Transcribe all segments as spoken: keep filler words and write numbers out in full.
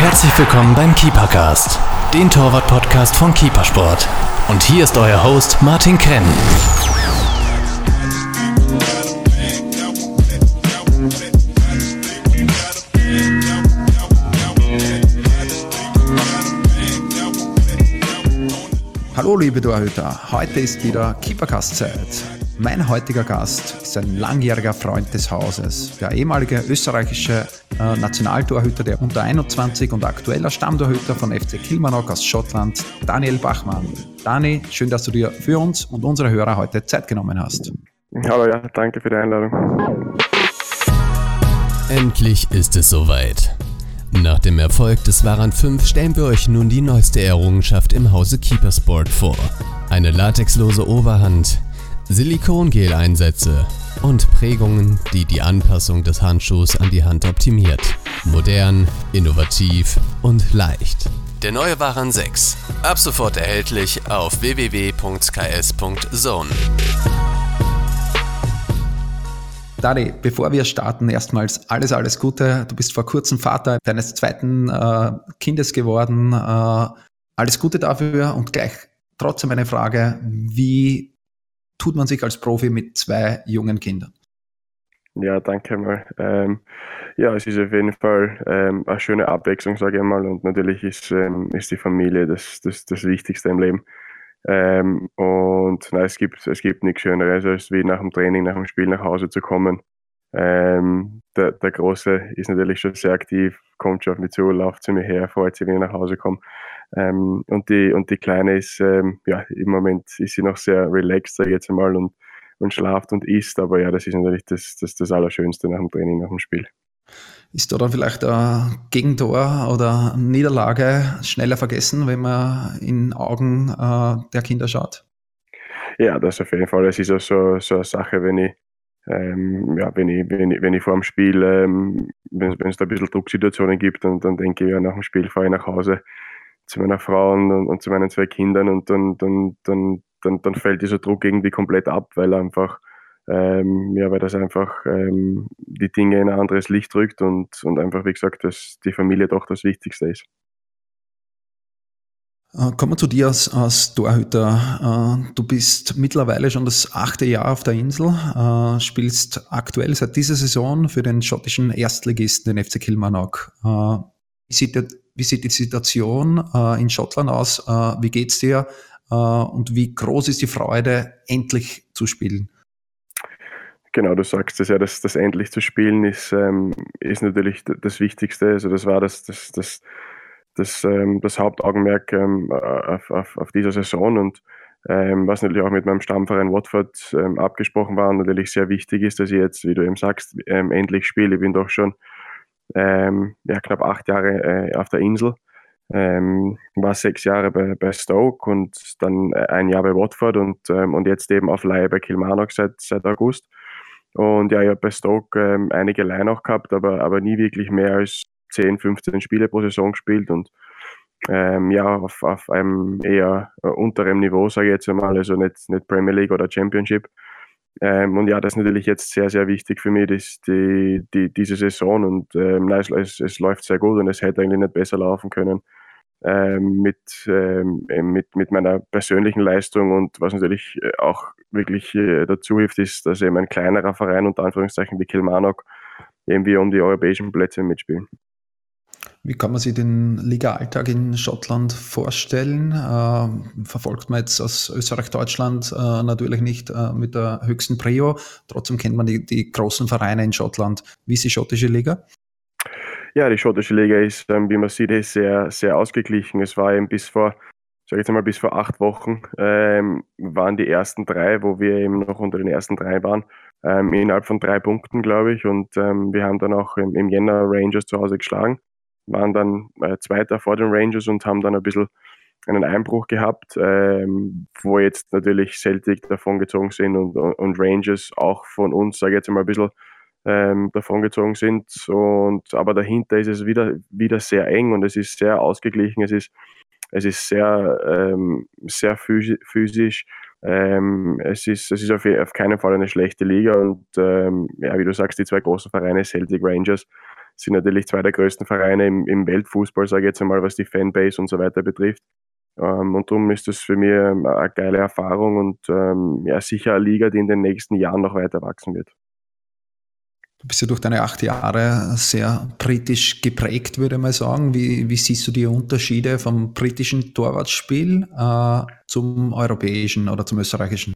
Herzlich willkommen beim KeeperCast, den Torwart-Podcast von Keepersport. Und hier ist euer Host Martin Krenn. Hallo liebe Torhüter, heute ist wieder KeeperCast-Zeit. Mein heutiger Gast ist ein langjähriger Freund des Hauses, der ehemalige österreichische äh, Nationaltorhüter der Unter einundzwanzig und aktueller Stammtorhüter von F C Kilmarnock aus Schottland, Daniel Bachmann. Dani, schön, dass du dir für uns und unsere Hörer heute Zeit genommen hast. Hallo, ja, danke für die Einladung. Endlich ist es soweit. Nach dem Erfolg des Waran fünf stellen wir euch nun die neueste Errungenschaft im Hause Keepersport vor. Eine latexlose Oberhand, Silikongel-Einsätze und Prägungen, die die Anpassung des Handschuhs an die Hand optimiert. Modern, innovativ und leicht. Der neue Waran sechs. Ab sofort erhältlich auf w w w punkt k s punkt zone. Dani, bevor wir starten, erstmals alles, alles Gute. Du bist vor kurzem Vater deines zweiten äh, Kindes geworden. Äh, alles Gute dafür und gleich trotzdem eine Frage, wie tut man sich als Profi mit zwei jungen Kindern? Ja, danke mal. Ähm, ja, es ist auf jeden Fall ähm, eine schöne Abwechslung, sage ich mal. Und natürlich ist, ähm, ist die Familie das, das, das Wichtigste im Leben. Ähm, und nein, es gibt, es gibt nichts Schöneres, als wie nach dem Training, nach dem Spiel nach Hause zu kommen. Ähm, der, der Große ist natürlich schon sehr aktiv, kommt schon auf mich zu, läuft zu mir her, freut sich, wenn ich nach Hause komme. Ähm, und die und die Kleine ist, ähm, ja, im Moment ist sie noch sehr relaxed, sag ich jetzt einmal, und, und schlaft und isst, aber ja, das ist natürlich das, das, das Allerschönste nach dem Training, nach dem Spiel. Ist da dann vielleicht ein Gegentor oder eine Niederlage schneller vergessen, wenn man in Augen äh, der Kinder schaut? Ja, das auf jeden Fall. Das ist auch so, so eine Sache, wenn ich Ähm, ja, wenn ich, wenn ich, wenn ich vor dem Spiel, ähm, wenn, wenn es da ein bisschen Drucksituationen gibt, und dann denke ich, ja, nach dem Spiel fahre ich nach Hause zu meiner Frau und, und zu meinen zwei Kindern, und dann, dann, dann, dann, dann fällt dieser Druck irgendwie komplett ab, weil einfach, ähm, ja, weil das einfach ähm, die Dinge in ein anderes Licht rückt und, und einfach, wie gesagt, dass die Familie doch das Wichtigste ist. Äh, Kommen wir zu dir als, als Torhüter. Äh, Du bist mittlerweile schon das achte Jahr auf der Insel, äh, spielst aktuell seit dieser Saison für den schottischen Erstligisten, den F C Kilmarnock. Äh, Wie sieht, der, wie sieht die Situation äh, in Schottland aus? Äh, Wie geht's dir? Äh, Und wie groß ist die Freude, endlich zu spielen? Genau, du sagst es ja, das, das endlich zu spielen ist, ähm, ist natürlich d- das Wichtigste. Also das war das, das, das, das, ähm, das Hauptaugenmerk ähm, auf, auf, auf dieser Saison, und ähm, was natürlich auch mit meinem Stammverein Watford ähm, abgesprochen war und natürlich sehr wichtig ist, dass ich jetzt, wie du eben sagst, ähm, endlich spiele. Ich bin doch schon ähm, ja, knapp acht Jahre äh, auf der Insel, ähm, war sechs Jahre bei, bei Stoke und dann äh, ein Jahr bei Watford und, ähm, und jetzt eben auf Leihe bei Kilmarnock seit, seit August. Und ja, ich habe bei Stoke ähm, einige Leihen auch gehabt, aber, aber nie wirklich mehr als zehn, fünfzehn Spiele pro Saison gespielt, und ähm, ja, auf, auf einem eher äh, unterem Niveau, sage ich jetzt einmal, also nicht, nicht Premier League oder Championship. Ähm, und ja, das ist natürlich jetzt sehr, sehr wichtig für mich, das, die, die, diese Saison, und ähm, nein, es, es, es läuft sehr gut und es hätte eigentlich nicht besser laufen können. Ähm, mit, ähm, mit, mit meiner persönlichen Leistung, und was natürlich äh, auch wirklich äh, dazu hilft, ist, dass eben ein kleinerer Verein, unter Anführungszeichen wie Kilmarnock, irgendwie um die europäischen Plätze mitspielen. Wie kann man sich den Liga-Alltag in Schottland vorstellen? Ähm, verfolgt man jetzt aus Österreich, Deutschland äh, natürlich nicht äh, mit der höchsten Prio. Trotzdem kennt man die, die großen Vereine in Schottland. Wie ist die schottische Liga? Ja, die schottische Liga ist, ähm, wie man sieht, ist sehr, sehr ausgeglichen. Es war eben bis vor, sag ich jetzt mal, bis vor acht Wochen ähm, waren die ersten drei, wo wir eben noch unter den ersten drei waren, ähm, innerhalb von drei Punkten, glaube ich. Und ähm, wir haben dann auch im, im Jänner Rangers zu Hause geschlagen, waren dann äh, Zweiter vor den Rangers und haben dann ein bisschen einen Einbruch gehabt, ähm, wo jetzt natürlich Celtic davongezogen sind und, und Rangers auch von uns, sage ich jetzt mal, ein bisschen ähm, davongezogen sind. Und, aber dahinter ist es wieder, wieder sehr eng und es ist sehr ausgeglichen, es ist, es ist sehr, ähm, sehr physisch. Ähm, es ist, es ist auf, auf keinen Fall eine schlechte Liga, und ähm, ja, wie du sagst, die zwei großen Vereine, Celtic, Rangers, sind natürlich zwei der größten Vereine im, im Weltfußball, sage ich jetzt einmal, was die Fanbase und so weiter betrifft. Ähm, und darum ist das für mich eine geile Erfahrung und ähm, ja, sicher eine Liga, die in den nächsten Jahren noch weiter wachsen wird. Du bist ja durch deine acht Jahre sehr britisch geprägt, würde ich mal sagen. Wie, wie siehst du die Unterschiede vom britischen Torwartspiel äh, zum europäischen oder zum österreichischen?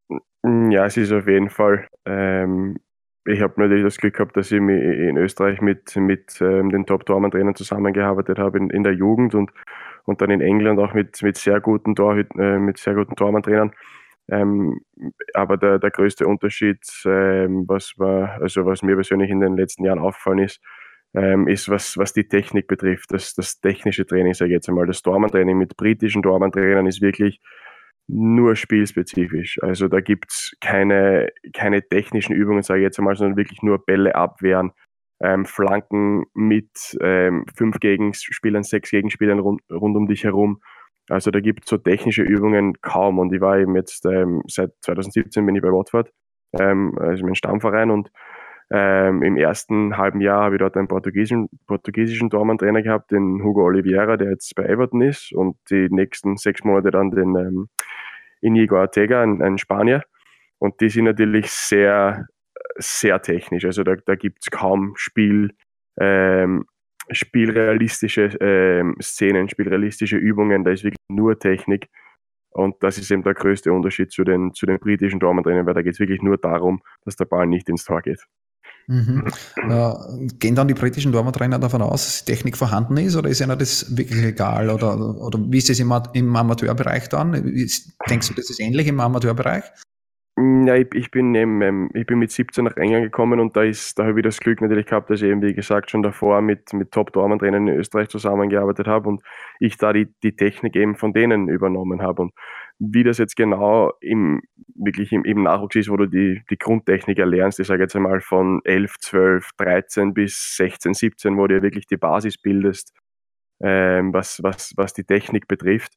Ja, es ist auf jeden Fall. Ähm, ich habe natürlich das Glück gehabt, dass ich mich in Österreich mit, mit ähm, den Top-Tormann-Trainern zusammengearbeitet habe in, in der Jugend und, und dann in England auch mit, mit sehr guten Torhüt, äh, mit sehr guten Tormann-Trainern. Ähm, aber der, der größte Unterschied, ähm, was war, also was mir persönlich in den letzten Jahren aufgefallen ist, ähm, ist, was, was die Technik betrifft, das, das technische Training, sage ich jetzt einmal. Das Tormann-Training mit britischen Tormann-Trainern ist wirklich nur spielspezifisch. Also da gibt es keine, keine technischen Übungen, sage ich jetzt einmal, sondern wirklich nur Bälle abwehren, ähm, Flanken mit ähm, fünf Gegenspielern, sechs Gegenspielern rund, rund um dich herum. Also da gibt es so technische Übungen kaum. Und ich war eben jetzt ähm, seit zwanzig siebzehn bin ich bei Watford, ähm, also mein Stammverein, und ähm, im ersten halben Jahr habe ich dort einen portugiesischen, portugiesischen Tormann-Trainer gehabt, den Hugo Oliveira, der jetzt bei Everton ist, und die nächsten sechs Monate dann den ähm, Inigo Ortega, ein, ein Spanier. Und die sind natürlich sehr, sehr technisch. Also da, da gibt es kaum Spiel, ähm, spielrealistische ähm, Szenen, spielrealistische Übungen. Da ist wirklich nur Technik. Und das ist eben der größte Unterschied zu den, zu den britischen Tormann-Trainern, weil da geht es wirklich nur darum, dass der Ball nicht ins Tor geht. Mhm. Äh, gehen dann die britischen Torwarttrainer davon aus, dass die Technik vorhanden ist, oder ist ihnen das wirklich egal? Oder, oder wie ist es im, im Amateurbereich dann? Ist, denkst du, das ist ähnlich im Amateurbereich? Ja, ich, ich, bin eben, ich bin mit siebzehn nach England gekommen, und da ist, da habe ich das Glück natürlich gehabt, dass ich eben, wie gesagt, schon davor mit, mit Top-Tormann-Trainern in Österreich zusammengearbeitet habe und ich da die, die Technik eben von denen übernommen habe. Und wie das jetzt genau im, wirklich im, im Nachwuchs ist, wo du die, die Grundtechnik erlernst, ich sage jetzt einmal von elf, zwölf, dreizehn bis sechzehn, siebzehn, wo du ja wirklich die Basis bildest, ähm, was, was, was die Technik betrifft.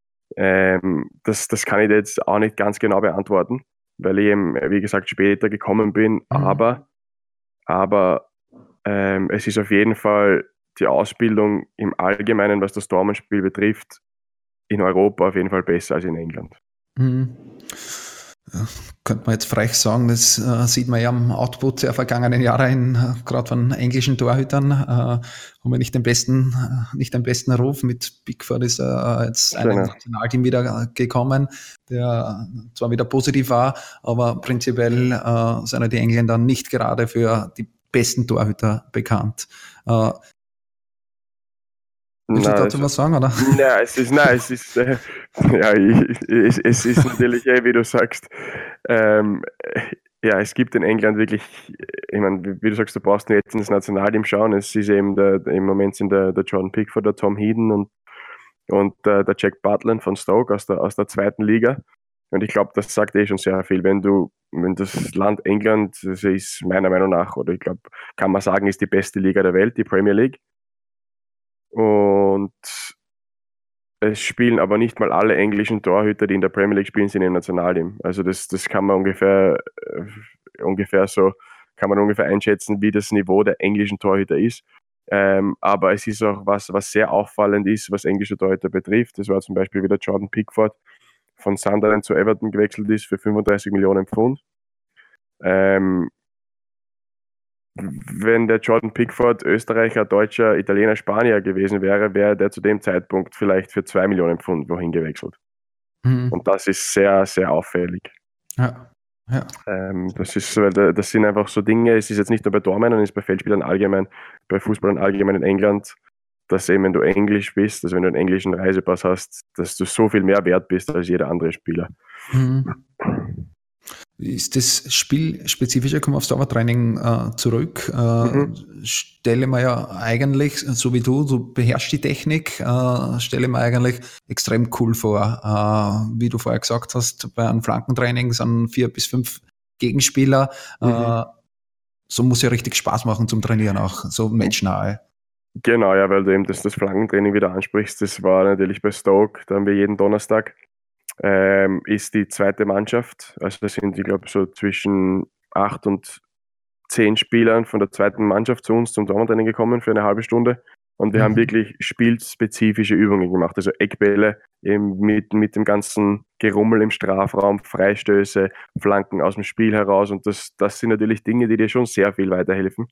Ähm, das, das kann ich dir jetzt auch nicht ganz genau beantworten, weil ich eben, wie gesagt, später gekommen bin, mhm. aber, aber ähm, es ist auf jeden Fall die Ausbildung im Allgemeinen, was das Tormannspiel betrifft, in Europa auf jeden Fall besser als in England. Mhm. Ja, könnte man jetzt frech sagen, das äh, sieht man ja am Output der vergangenen Jahre, in, äh, gerade von englischen Torhütern, äh, haben wir nicht den besten, äh, nicht den besten Ruf. Mit Pickford ist äh, jetzt ein genau. Nationalteam wieder gekommen, der zwar wieder positiv war, aber prinzipiell äh, sind die Engländer nicht gerade für die besten Torhüter bekannt. Äh, Willst du dazu was sagen, oder? Nein, es ist, nein, es ist, äh, ja, ich, es, es ist natürlich, äh, wie du sagst, ähm, ja, es gibt in England wirklich, ich meine, wie du sagst, du brauchst nur jetzt ins Nationalteam schauen. Es ist eben, der, im Moment sind der, der Jordan Pickford, der Tom Heaton und, und äh, der Jack Butland von Stoke aus der, aus der zweiten Liga. Und ich glaube, das sagt eh schon sehr viel. Wenn du, wenn das Land England, das ist meiner Meinung nach, oder ich glaube, kann man sagen, ist die beste Liga der Welt, die Premier League. Und es spielen aber nicht mal alle englischen Torhüter, die in der Premier League spielen, sind im Nationalteam. Also das, das kann man ungefähr, äh, ungefähr so, kann man ungefähr einschätzen, wie das Niveau der englischen Torhüter ist. Ähm, aber es ist auch was, was sehr auffallend ist, was englische Torhüter betrifft. Das war zum Beispiel wieder Jordan Pickford von Sunderland zu Everton gewechselt ist für fünfunddreißig Millionen Pfund. Ähm, Wenn der Jordan Pickford Österreicher, Deutscher, Italiener, Spanier gewesen wäre, wäre der zu dem Zeitpunkt vielleicht für zwei Millionen Pfund wohin gewechselt. Mhm. Und das ist sehr, sehr auffällig. Ja. Ja. Ähm, das, ist, das sind einfach so Dinge, es ist jetzt nicht nur bei Tormännern, es ist bei Feldspielern allgemein, bei Fußballern allgemein in England, dass eben, wenn du Englisch bist, also wenn du einen englischen Reisepass hast, dass du so viel mehr wert bist als jeder andere Spieler. Mhm. Ist das spielspezifische, kommen wir aufs Torwarttraining äh, zurück, äh, mhm. stelle man ja eigentlich, so wie du, du beherrschst die Technik, äh, stelle man eigentlich extrem cool vor. Äh, wie du vorher gesagt hast, bei einem Flankentraining sind vier bis fünf Gegenspieler. Mhm. Äh, so muss ja richtig Spaß machen zum Trainieren auch, so matchnahe. Genau, ja, weil du eben das, das Flankentraining wieder ansprichst, das war natürlich bei Stoke, da haben wir jeden Donnerstag. Ähm, ist die zweite Mannschaft. Also das sind, ich glaube, so zwischen acht und zehn Spielern von der zweiten Mannschaft zu uns zum Dormantraining gekommen für eine halbe Stunde. Und wir mhm. haben wirklich spielspezifische Übungen gemacht, also Eckbälle eben mit, mit dem ganzen Gerummel im Strafraum, Freistöße, Flanken aus dem Spiel heraus. Und das, das sind natürlich Dinge, die dir schon sehr viel weiterhelfen,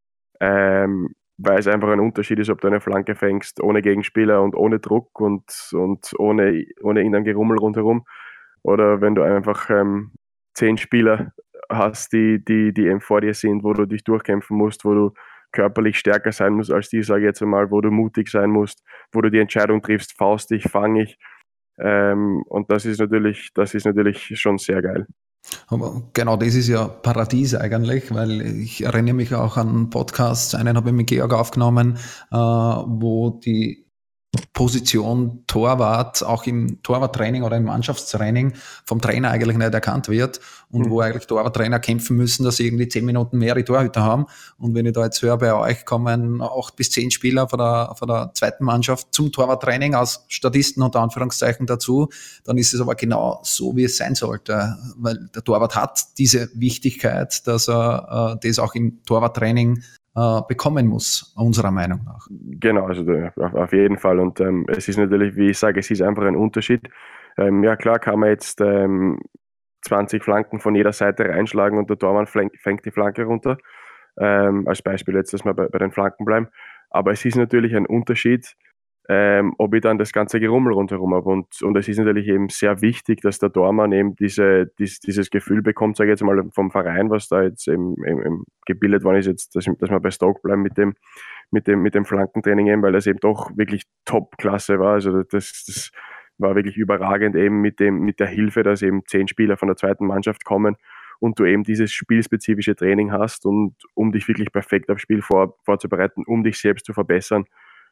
ähm, weil es einfach ein Unterschied ist, ob du eine Flanke fängst ohne Gegenspieler und ohne Druck und, und ohne, ohne irgendein Gerummel rundherum, oder wenn du einfach ähm, zehn Spieler hast, die, die, die eben vor dir sind, wo du dich durchkämpfen musst, wo du körperlich stärker sein musst als die, sage ich jetzt einmal, wo du mutig sein musst, wo du die Entscheidung triffst, faust ich, fange ich. Ähm, und das ist natürlich, das ist natürlich schon sehr geil. Aber genau das ist ja Paradies eigentlich, weil ich erinnere mich auch an Podcasts, einen habe ich mit Georg aufgenommen, äh, wo die Position Torwart auch im Torwarttraining oder im Mannschaftstraining vom Trainer eigentlich nicht erkannt wird und mhm. wo eigentlich Torwarttrainer kämpfen müssen, dass sie irgendwie zehn Minuten mehrere Torhüter haben. Und wenn ich da jetzt höre, bei euch kommen acht bis zehn Spieler von der, von der zweiten Mannschaft zum Torwarttraining als Statisten unter Anführungszeichen dazu, dann ist es aber genau so, wie es sein sollte, weil der Torwart hat diese Wichtigkeit, dass er äh, das auch im Torwarttraining bekommen muss, unserer Meinung nach. Genau, also auf, auf jeden Fall. Und ähm, es ist natürlich, wie ich sage, es ist einfach ein Unterschied. Ähm, ja klar kann man jetzt ähm, zwanzig Flanken von jeder Seite reinschlagen und der Tormann fängt, fängt die Flanke runter. Ähm, als Beispiel jetzt, dass wir bei, bei den Flanken bleiben. Aber es ist natürlich ein Unterschied, ähm, ob ich dann das ganze Gerummel rundherum habe. Und, und es ist natürlich eben sehr wichtig, dass der Tormann eben diese, dies, dieses Gefühl bekommt, sage ich jetzt mal vom Verein, was da jetzt eben, eben, eben gebildet worden ist, jetzt, dass, dass wir bei Stoke bleiben mit dem, mit dem, mit dem Flankentraining eben, weil das eben doch wirklich Top-Klasse war. Also das, das war wirklich überragend eben mit dem, mit der Hilfe, dass eben zehn Spieler von der zweiten Mannschaft kommen und du eben dieses spielspezifische Training hast, und um dich wirklich perfekt aufs Spiel vor, vorzubereiten, um dich selbst zu verbessern.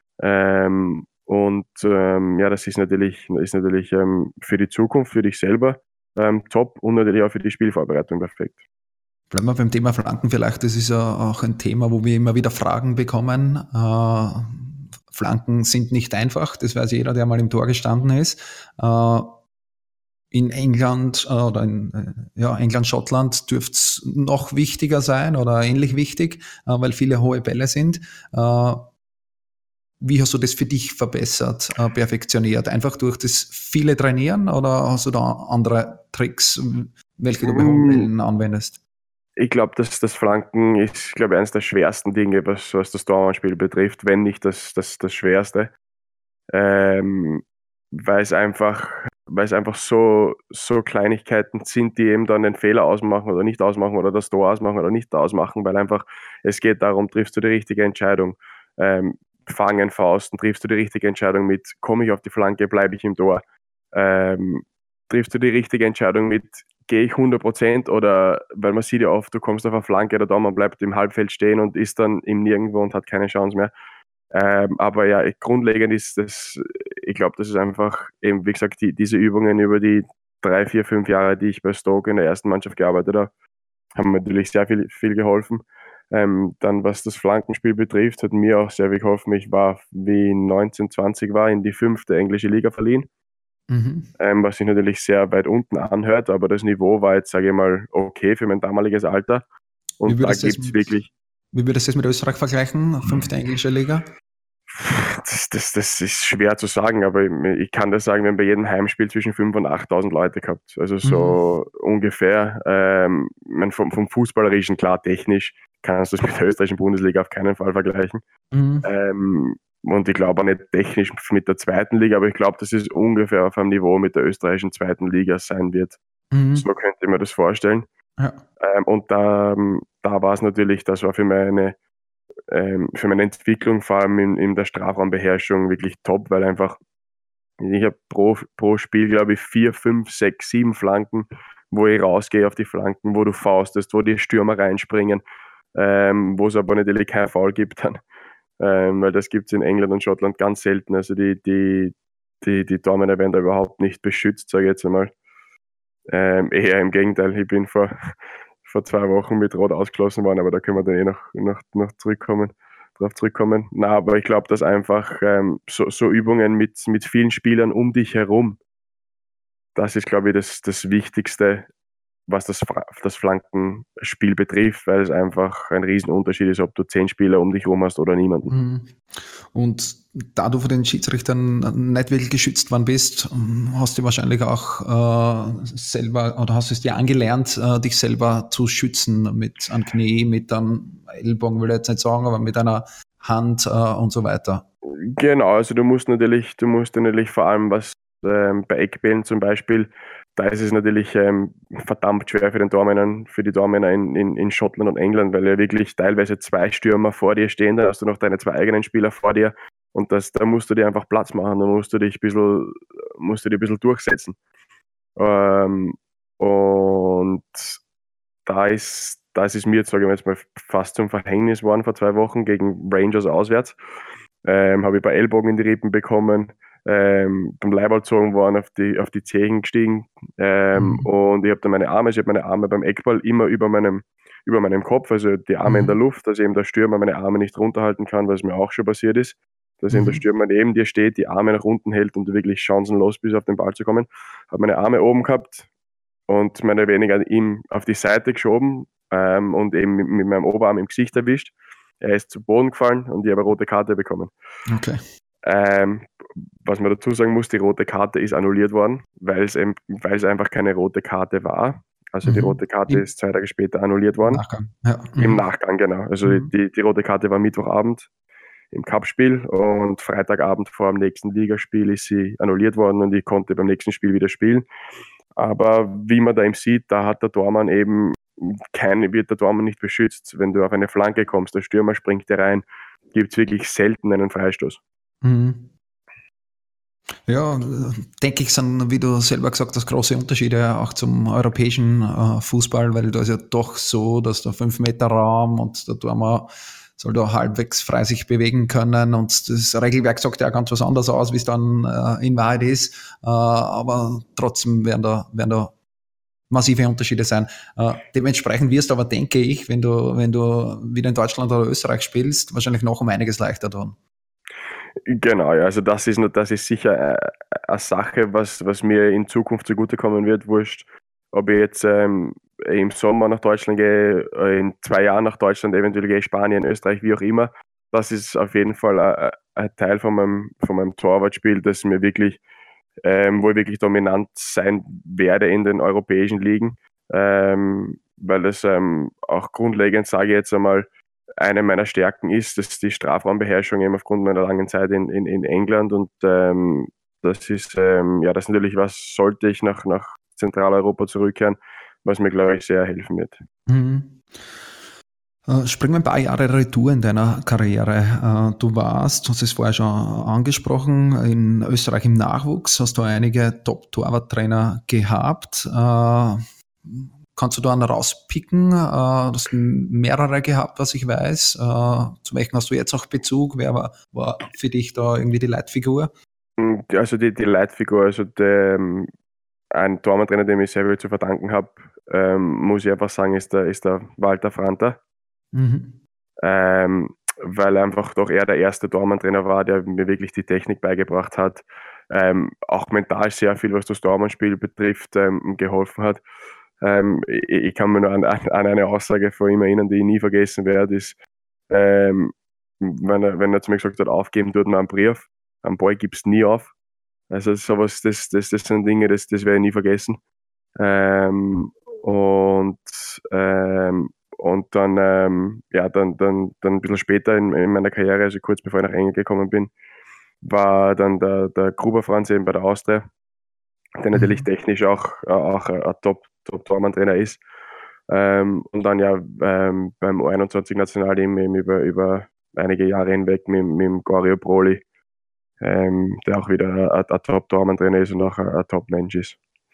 Ähm, und ähm, ja, das ist natürlich, ist natürlich ähm, für die Zukunft, für dich selber ähm, top und natürlich auch für die Spielvorbereitung perfekt. Bleiben wir beim Thema Flanken vielleicht. Das ist ja auch ein Thema, wo wir immer wieder Fragen bekommen. Äh, Flanken sind nicht einfach, das weiß jeder, der mal im Tor gestanden ist. Äh, in England äh, oder in äh, ja, England, Schottland dürfte es noch wichtiger sein oder ähnlich wichtig, äh, weil viele hohe Bälle sind. Äh, Wie hast du das für dich verbessert, äh, perfektioniert? Einfach durch das viele Trainieren oder hast du da andere Tricks, welche du bei hohen Bällen anwendest? Ich glaube, dass das Flanken ist, glaube ich, eines der schwersten Dinge, was, was das Torwartspiel betrifft, wenn nicht das, das, das Schwerste. Ähm, weil es einfach, weil es einfach so, so Kleinigkeiten sind, die eben dann den Fehler ausmachen oder nicht ausmachen oder das Tor ausmachen oder nicht ausmachen, weil einfach es geht darum, triffst du die richtige Entscheidung. Ähm, Fangen, Fausten, triffst du die richtige Entscheidung mit, komme ich auf die Flanke, bleibe ich im Tor. Ähm, triffst du die richtige Entscheidung mit, gehe ich hundert Prozent, oder, weil man sieht ja oft, du kommst auf eine Flanke oder da, man bleibt im Halbfeld stehen und ist dann im Nirgendwo und hat keine Chance mehr. Ähm, aber ja, grundlegend ist das, ich glaube, das ist einfach eben, wie gesagt, die, diese Übungen über die drei, vier, fünf Jahre, die ich bei Stoke in der ersten Mannschaft gearbeitet habe, haben mir natürlich sehr viel, viel geholfen. Ähm, dann, was das Flankenspiel betrifft, hat mir auch sehr viel geholfen. Ich war, wie neunzehn, zwanzig war, in die fünfte englische Liga verliehen, mhm. ähm, was sich natürlich sehr weit unten anhört, aber das Niveau war jetzt, sage ich mal, okay für mein damaliges Alter. Und da gibt es wirklich... Wie würdest du das mit Österreich vergleichen, fünfte englische Liga? Das, das, das ist schwer zu sagen, aber ich, ich kann das sagen, wir haben bei jedem Heimspiel zwischen fünftausend und achttausend Leute gehabt. Also so mhm. ungefähr. Ähm, vom, vom Fußballerischen, klar, technisch kannst du es mit der österreichischen Bundesliga auf keinen Fall vergleichen. Mhm. Ähm, und ich glaube auch nicht technisch mit der zweiten Liga, aber ich glaube, dass es ungefähr auf einem Niveau mit der österreichischen zweiten Liga sein wird. Mhm. So könnte ich mir das vorstellen. Ja. Ähm, und da, da war es natürlich, das war für meine, ähm, für meine Entwicklung, vor allem in, in der Strafraumbeherrschung, wirklich top, weil einfach, ich habe pro, pro Spiel, glaube ich, vier, fünf, sechs, sieben Flanken, wo ich rausgehe auf die Flanken, wo du faustest, wo die Stürmer reinspringen, ähm, wo es aber natürlich kein Foul gibt dann. Ähm, weil das gibt es in England und Schottland ganz selten. Also die, die, die, die Tormänner werden da überhaupt nicht beschützt, sage ich jetzt einmal. Ähm, eher im Gegenteil, ich bin vor, vor zwei Wochen mit Rot ausgeschlossen worden, aber da können wir dann eh noch, noch, noch zurückkommen, drauf zurückkommen. Na, aber ich glaube, dass einfach ähm, so, so Übungen mit, mit vielen Spielern um dich herum, das ist, glaube ich, das, das Wichtigste, was das, das Flankenspiel betrifft, weil es einfach ein Riesenunterschied ist, ob du zehn Spieler um dich herum hast oder niemanden. Und da du von den Schiedsrichtern nicht wirklich geschützt worden bist, hast du wahrscheinlich auch äh, selber, oder hast du es dir angelernt, äh, dich selber zu schützen mit einem Knie, mit einem Ellbogen, will ich jetzt nicht sagen, aber mit einer Hand äh, und so weiter. Genau, also du musst natürlich, du musst natürlich vor allem was ähm, bei Eckbällen zum Beispiel, da ist es natürlich ähm, verdammt schwer für den Tormänner, für die Tormänner in, in, in Schottland und England, weil ja wirklich teilweise zwei Stürmer vor dir stehen, da hast du noch deine zwei eigenen Spieler vor dir und das, da musst du dir einfach Platz machen, da musst du dich ein bisschen, musst du dich ein bisschen durchsetzen. Ähm, und da ist, da ist es mir jetzt, sage ich jetzt mal, fast zum Verhängnis geworden vor zwei Wochen gegen Rangers auswärts. Ähm, habe ich bei Ellbogen in die Rippen bekommen, ähm, beim Leibwald gezogen worden, auf die, auf die Zehen gestiegen ähm, mhm. und ich habe dann meine Arme, ich habe meine Arme beim Eckball immer über meinem, über meinem Kopf, also die Arme mhm. in der Luft, dass eben der Stürmer meine Arme nicht runterhalten kann, was mir auch schon passiert ist, dass mhm. eben der Stürmer neben dir steht, die Arme nach unten hält und du wirklich chancenlos bist, auf den Ball zu kommen. Habe meine Arme oben gehabt und meine weniger ihm auf die Seite geschoben ähm, und eben mit, mit meinem Oberarm im Gesicht erwischt. Er ist zu Boden gefallen und ich habe eine rote Karte bekommen. Okay. Ähm, was man dazu sagen muss, die rote Karte ist annulliert worden, weil es, eben, weil es einfach keine rote Karte war. Also mhm. die rote Karte Im, ist zwei Tage später annulliert worden. Im Nachgang, ja. Im mhm. Nachgang, genau. Also mhm. die, die rote Karte war Mittwochabend im Cup-Spiel und Freitagabend vor dem nächsten Ligaspiel ist sie annulliert worden und ich konnte beim nächsten Spiel wieder spielen. Aber wie man da eben sieht, da hat der Tormann eben Kein, wird der Tormann nicht beschützt. Wenn du auf eine Flanke kommst, der Stürmer springt dir rein, gibt es wirklich selten einen Freistoß. Mhm. Ja, denke ich, sind, wie du selber gesagt hast, große Unterschiede auch zum europäischen äh, Fußball, weil da ist ja doch so, dass der fünf Meter Raum und der Tormann soll da halbwegs frei sich bewegen können und das Regelwerk sagt ja ganz was anderes aus, wie es dann äh, in Wahrheit ist, äh, aber trotzdem werden da, werden da massive Unterschiede sein. Äh, dementsprechend wirst du aber, denke ich, wenn du, wenn du wieder in Deutschland oder Österreich spielst, wahrscheinlich noch um einiges leichter tun. Genau, ja, also das ist, das ist sicher eine Sache, was, was mir in Zukunft zugutekommen wird, wurscht, ob ich jetzt ähm, im Sommer nach Deutschland gehe, in zwei Jahren nach Deutschland, eventuell gehe ich Spanien, Österreich, wie auch immer. Das ist auf jeden Fall ein, ein Teil von meinem, von meinem Torwartspiel, das mir wirklich Ähm, wo ich wirklich dominant sein werde in den europäischen Ligen, ähm, weil das ähm, auch grundlegend, sage ich jetzt einmal, eine meiner Stärken ist, dass die Strafraumbeherrschung eben aufgrund meiner langen Zeit in, in, in England und ähm, das ist ähm, ja das natürlich was, sollte ich nach, nach Zentraleuropa zurückkehren, was mir, glaube ich, sehr helfen wird. Mhm. Springen wir ein paar Jahre retour in deiner Karriere. Du warst, du hast es vorher schon angesprochen, in Österreich im Nachwuchs, hast du einige Top-Torwarttrainer gehabt. Kannst du da einen rauspicken? Du hast mehrere gehabt, was ich weiß. Zu welchen hast du jetzt auch Bezug? Wer war, war für dich da irgendwie die Leitfigur? Also die, die Leitfigur, also der, ein Torwarttrainer, dem ich sehr viel zu verdanken habe, ähm, muss ich einfach sagen, ist der, ist der Walter Franta. Mhm. Ähm, weil einfach doch er der erste Tormann-Trainer war, der mir wirklich die Technik beigebracht hat, ähm, auch mental sehr viel, was das Tormann-Spiel betrifft, ähm, geholfen hat. Ähm, ich, ich kann mir nur an, an eine Aussage von ihm erinnern, die ich nie vergessen werde, ist, ähm, wenn, er, wenn er zu mir gesagt hat, aufgeben tut man einen Brief, einen Ball gibst nie auf. Also sowas, das, das, das sind Dinge, das, das werde ich nie vergessen. Ähm, und ähm, Und dann, ähm, ja, dann, dann, dann ein bisschen später in, in meiner Karriere, also kurz bevor ich nach England gekommen bin, war dann der, der Gruber Franz eben bei der Austria, der natürlich mhm. technisch auch, auch ein Top-Tormann-Trainer ist. Ähm, und dann ja ähm, beim U einundzwanzig-Nationalteam eben über, über einige Jahre hinweg mit, mit dem Gorio Proli, ähm, der auch wieder ein, ein Top-Tormann-Trainer ist und auch ein, ein Top-Mensch ist.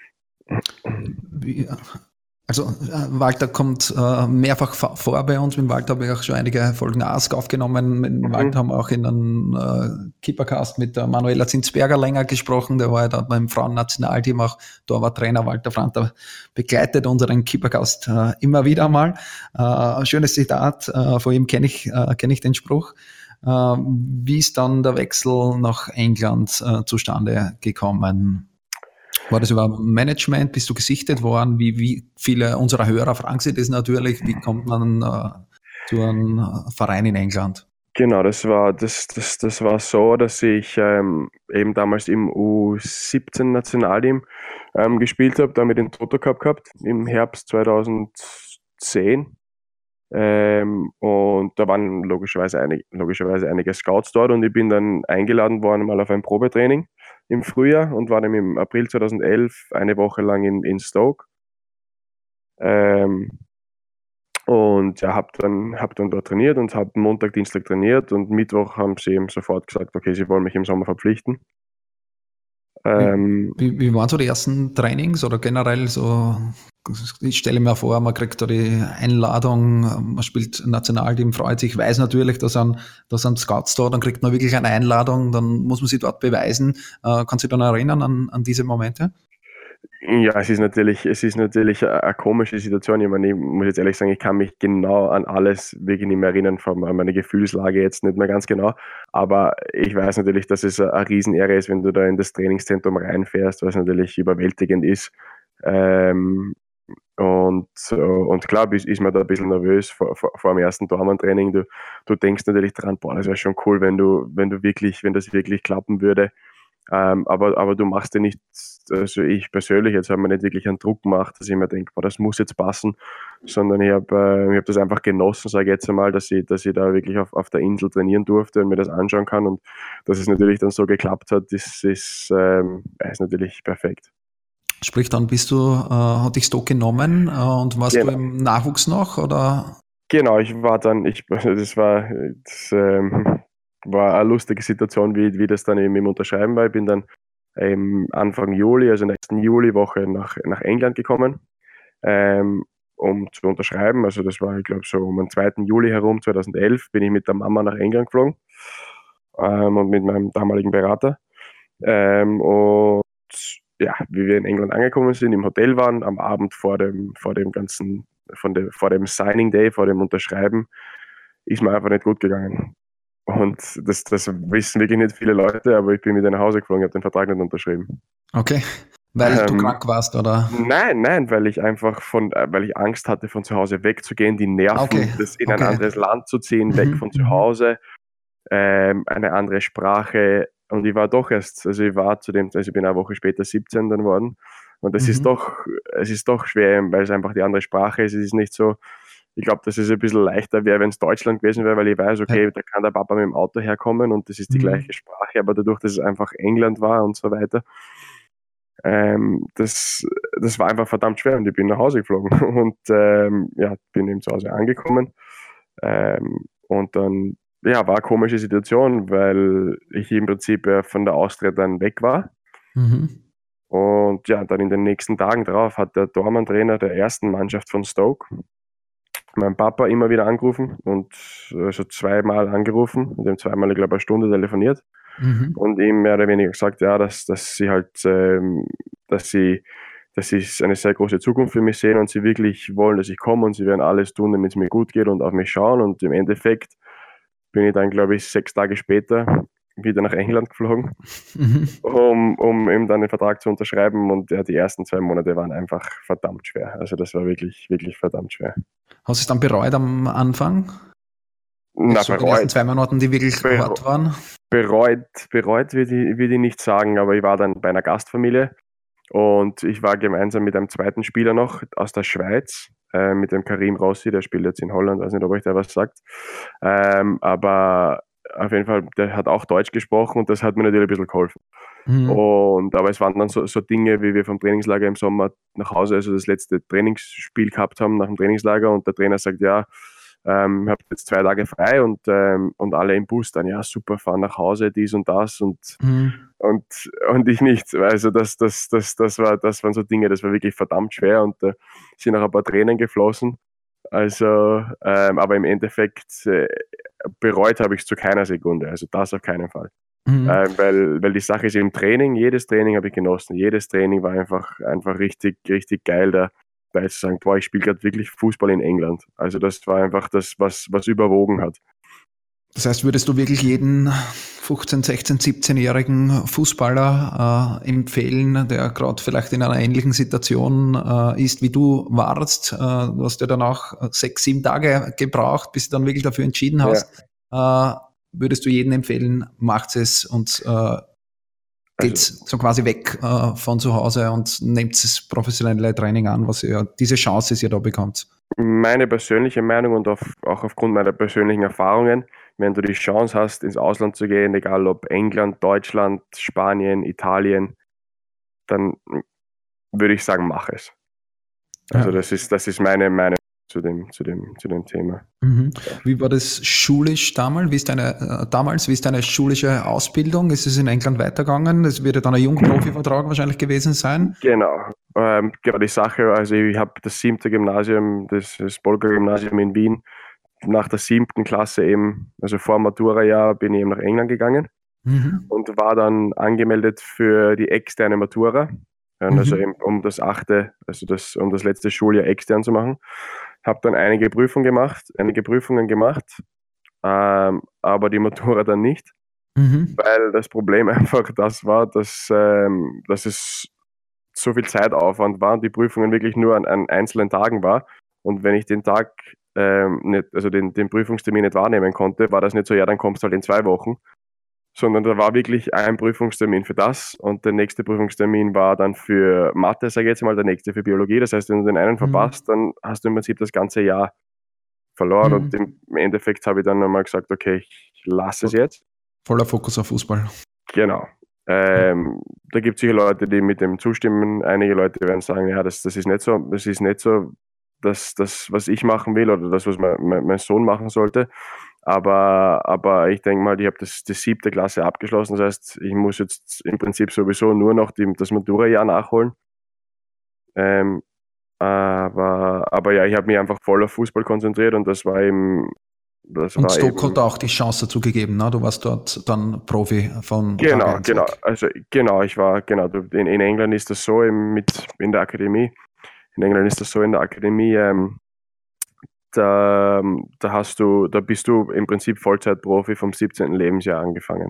Wie, Also Walter kommt äh, mehrfach vor bei uns. Mit Walter habe ich auch schon einige Folgen Ask aufgenommen. Mit mhm. Walter haben wir auch in einem äh, Keepercast mit der Manuela Zinsberger länger gesprochen. Der war ja da beim Frauennationalteam auch Torwarttrainer. Walter Franta begleitet unseren Keepercast äh, immer wieder mal. Äh, schönes Zitat, äh, von ihm kenne ich, äh, kenn ich den Spruch. Äh, wie ist dann der Wechsel nach England äh, zustande gekommen? War das über Management? Bist du gesichtet worden? Wie, wie viele unserer Hörer fragen sich das natürlich? Wie kommt man äh, zu einem Verein in England? Genau, das war, das, das, das war so, dass ich ähm, eben damals im U siebzehn Nationalteam ähm, gespielt habe, damit den Toto Cup gehabt, im Herbst zweitausendzehn. Ähm, und da waren logischerweise, einig, logischerweise einige Scouts dort und ich bin dann eingeladen worden mal auf ein Probetraining im Frühjahr und war dann im April zweitausendelf eine Woche lang in, in Stoke. Ähm, und ja, habe dann, hab dann dort trainiert und habe Montag, Dienstag trainiert und Mittwoch haben sie eben sofort gesagt, okay, sie wollen mich im Sommer verpflichten. Ähm, wie, wie, wie waren so die ersten Trainings oder generell so? Ich stelle mir vor, man kriegt da die Einladung, man spielt Nationalteam, freut sich, weiß natürlich, dass ein, dass ein Scouts da, dann kriegt man wirklich eine Einladung, dann muss man sich dort beweisen. Äh, kannst du dich dann erinnern an, an diese Momente? Ja, es ist natürlich, es ist natürlich eine, eine komische Situation. Ich meine, ich muss jetzt ehrlich sagen, ich kann mich genau an alles wirklich nicht mehr erinnern, von meiner Gefühlslage jetzt nicht mehr ganz genau. Aber ich weiß natürlich, dass es eine Riesenehre ist, wenn du da in das Trainingszentrum reinfährst, was natürlich überwältigend ist. Ähm, und, und klar ist, ist man da ein bisschen nervös vor, vor, vor dem ersten Tormann-Training. Du, du denkst natürlich dran, boah, das wäre schon cool, wenn du, wenn du wirklich, wenn das wirklich klappen würde. Ähm, aber, aber du machst dir nicht, also ich persönlich, jetzt habe mir nicht wirklich einen Druck gemacht, dass ich mir denke, boah, das muss jetzt passen, sondern ich habe äh, ich hab das einfach genossen, sage ich jetzt einmal, dass ich, dass ich da wirklich auf, auf der Insel trainieren durfte und mir das anschauen kann und dass es natürlich dann so geklappt hat, ist, ist, ähm, ist natürlich perfekt. Sprich, dann bist du, äh, hat dich Stoke genommen äh, und warst Genau. du im Nachwuchs noch, oder? Genau, ich war dann, ich, das war, das, ähm, war eine lustige Situation, wie, wie das dann eben im Unterschreiben war. Ich bin dann ähm, Anfang Juli, also nächsten Juliwoche nach, nach England gekommen, ähm, um zu unterschreiben. Also das war, ich glaube, so um den zweiten Juli herum, zweitausendelf, bin ich mit der Mama nach England geflogen ähm, und mit meinem damaligen Berater. Ähm, und ja, wie wir in England angekommen sind, im Hotel waren, am Abend vor dem, vor dem ganzen, von dem, vor dem Signing Day, vor dem Unterschreiben, ist mir einfach nicht gut gegangen. Und das, das wissen wirklich nicht viele Leute, aber ich bin wieder nach Hause geflogen, habe den Vertrag nicht unterschrieben. Okay, weil Ähm, du krank warst, oder? Nein, nein, weil ich einfach von, äh, weil ich Angst hatte, von zu Hause wegzugehen, die Nerven, Okay, das in okay. ein anderes Land zu ziehen, weg Mhm, von zu mhm. Hause, ähm, eine andere Sprache. Und ich war doch erst, also ich war zu dem, also ich bin eine Woche später siebzehn dann worden. Und das ist Mhm. doch, es ist doch schwer, weil es einfach die andere Sprache ist. Es ist nicht so, ich glaube, dass es ein bisschen leichter wäre, wenn es Deutschland gewesen wäre, weil ich weiß, okay, Ja. da kann der Papa mit dem Auto herkommen und das ist die Mhm. gleiche Sprache, aber dadurch, dass es einfach England war und so weiter, ähm, das, das war einfach verdammt schwer und ich bin nach Hause geflogen und ähm, ja, bin eben zu Hause angekommen ähm, und dann, ja, war eine komische Situation, weil ich im Prinzip ja von der Austria dann weg war Mhm. und ja, dann in den nächsten Tagen drauf hat der Tormann-Trainer der ersten Mannschaft von Stoke mein Papa immer wieder angerufen und also zweimal angerufen und dem zweimal, ich glaube, eine Stunde telefoniert Mhm. und ihm mehr oder weniger gesagt, ja, dass, dass sie halt, ähm, dass sie, dass sie eine sehr große Zukunft für mich sehen und sie wirklich wollen, dass ich komme und sie werden alles tun, damit es mir gut geht und auf mich schauen. Und im Endeffekt bin ich dann, glaube ich, sechs Tage später wieder nach England geflogen, Mhm. um, um eben dann den Vertrag zu unterschreiben. Und ja, die ersten zwei Monate waren einfach verdammt schwer. Also das war wirklich, wirklich verdammt schwer. Hast du es dann bereut am Anfang? Na, So die ersten bereut, zwei Monaten, die wirklich bereut. hart waren? Bereut, bereut würde ich, würd ich nicht sagen, aber ich war dann bei einer Gastfamilie und ich war gemeinsam mit einem zweiten Spieler noch aus der Schweiz, äh, mit dem Karim Rossi, der spielt jetzt in Holland, weiß nicht, ob euch der was sagt. Ähm, aber auf jeden Fall, der hat auch Deutsch gesprochen und das hat mir natürlich ein bisschen geholfen. Mhm. Und, aber es waren dann so, so Dinge, wie wir vom Trainingslager im Sommer nach Hause, also das letzte Trainingsspiel gehabt haben nach dem Trainingslager und der Trainer sagt, ja, ähm, habt jetzt zwei Tage frei und, ähm, und alle im Bus dann, ja super, fahren nach Hause, dies und das und, Mhm. und, und ich nicht. Also das, das, das, das, war, das waren so Dinge, das war wirklich verdammt schwer und da äh, sind auch ein paar Tränen geflossen. Also, ähm, aber im Endeffekt äh, bereut habe ich es zu keiner Sekunde, also das auf keinen Fall. Mhm. Ähm, weil, weil die Sache ist im Training, jedes Training habe ich genossen, jedes Training war einfach, einfach richtig, richtig geil da, da jetzt zu sagen, boah, ich spiele gerade wirklich Fußball in England. Also das war einfach das, was, was überwogen hat. Das heißt, würdest du wirklich jeden fünfzehn-, sechzehn-, siebzehnjährigen Fußballer äh, empfehlen, der gerade vielleicht in einer ähnlichen Situation äh, ist, wie du warst? Äh, du hast ja dann auch sechs, sieben Tage gebraucht, bis du dann wirklich dafür entschieden hast. Ja. Äh, würdest du jedem empfehlen, macht es und äh, geht also, so quasi weg äh, von zu Hause und nehmt das professionelle Training an, was ihr, diese Chance, die ihr da bekommt? Meine persönliche Meinung und auf, auch aufgrund meiner persönlichen Erfahrungen, wenn du die Chance hast, ins Ausland zu gehen, egal ob England, Deutschland, Spanien, Italien, dann würde ich sagen, mach es. Also ja. das ist, das ist meine Meinung zu dem, zu dem, zu dem Thema. Mhm. Wie war das schulisch damals? Wie ist deine, äh, damals? Wie ist deine schulische Ausbildung? Ist es in England weitergegangen? Das wird ja dann ein Jungprofi-Vertrag wahrscheinlich gewesen sein. Genau. Ähm, genau die Sache, also ich habe das siebte Gymnasium, das, das Bolger-Gymnasium in Wien, nach der siebten Klasse eben, also vor Matura-Jahr, bin ich eben nach England gegangen mhm. und war dann angemeldet für die externe Matura. Mhm. Also eben um das achte, also das, um das letzte Schuljahr extern zu machen. Habe dann einige Prüfungen gemacht, einige Prüfungen gemacht, ähm, aber die Matura dann nicht, mhm. weil das Problem einfach das war, dass, ähm, dass es so viel Zeitaufwand war und die Prüfungen wirklich nur an, an einzelnen Tagen war. Und wenn ich den Tag ähm, nicht, also den, den Prüfungstermin nicht wahrnehmen konnte, war das nicht so, ja, dann kommst du halt in zwei Wochen. Sondern da war wirklich ein Prüfungstermin für das und der nächste Prüfungstermin war dann für Mathe, sage ich jetzt mal, der nächste für Biologie. Das heißt, wenn du den einen mhm. verpasst, dann hast du im Prinzip das ganze Jahr verloren mhm. und im Endeffekt habe ich dann nochmal gesagt, okay, ich lasse es jetzt. Voller Fokus auf Fußball. Genau. Ähm, da gibt es sicher Leute, die mit dem zustimmen. Einige Leute werden sagen, ja, das, das ist nicht so, das ist nicht so das, das, was ich machen will oder das, was mein, mein, mein Sohn machen sollte. Aber, aber ich denke mal, ich habe das, die siebte Klasse abgeschlossen. Das heißt, ich muss jetzt im Prinzip sowieso nur noch die, das Matura-Jahr nachholen. Ähm, aber, aber ja, ich habe mich einfach voll auf Fußball konzentriert und das war eben. Das und war Stoke hat auch die Chance dazu gegeben, ne? Du warst dort dann Profi von Genau, genau. Also genau, ich war, genau, in, in England ist das so eben mit in der Akademie. In England ist das so in der Akademie. Ähm, Da, da hast du, da bist du im Prinzip Vollzeitprofi vom siebzehnten Lebensjahr angefangen.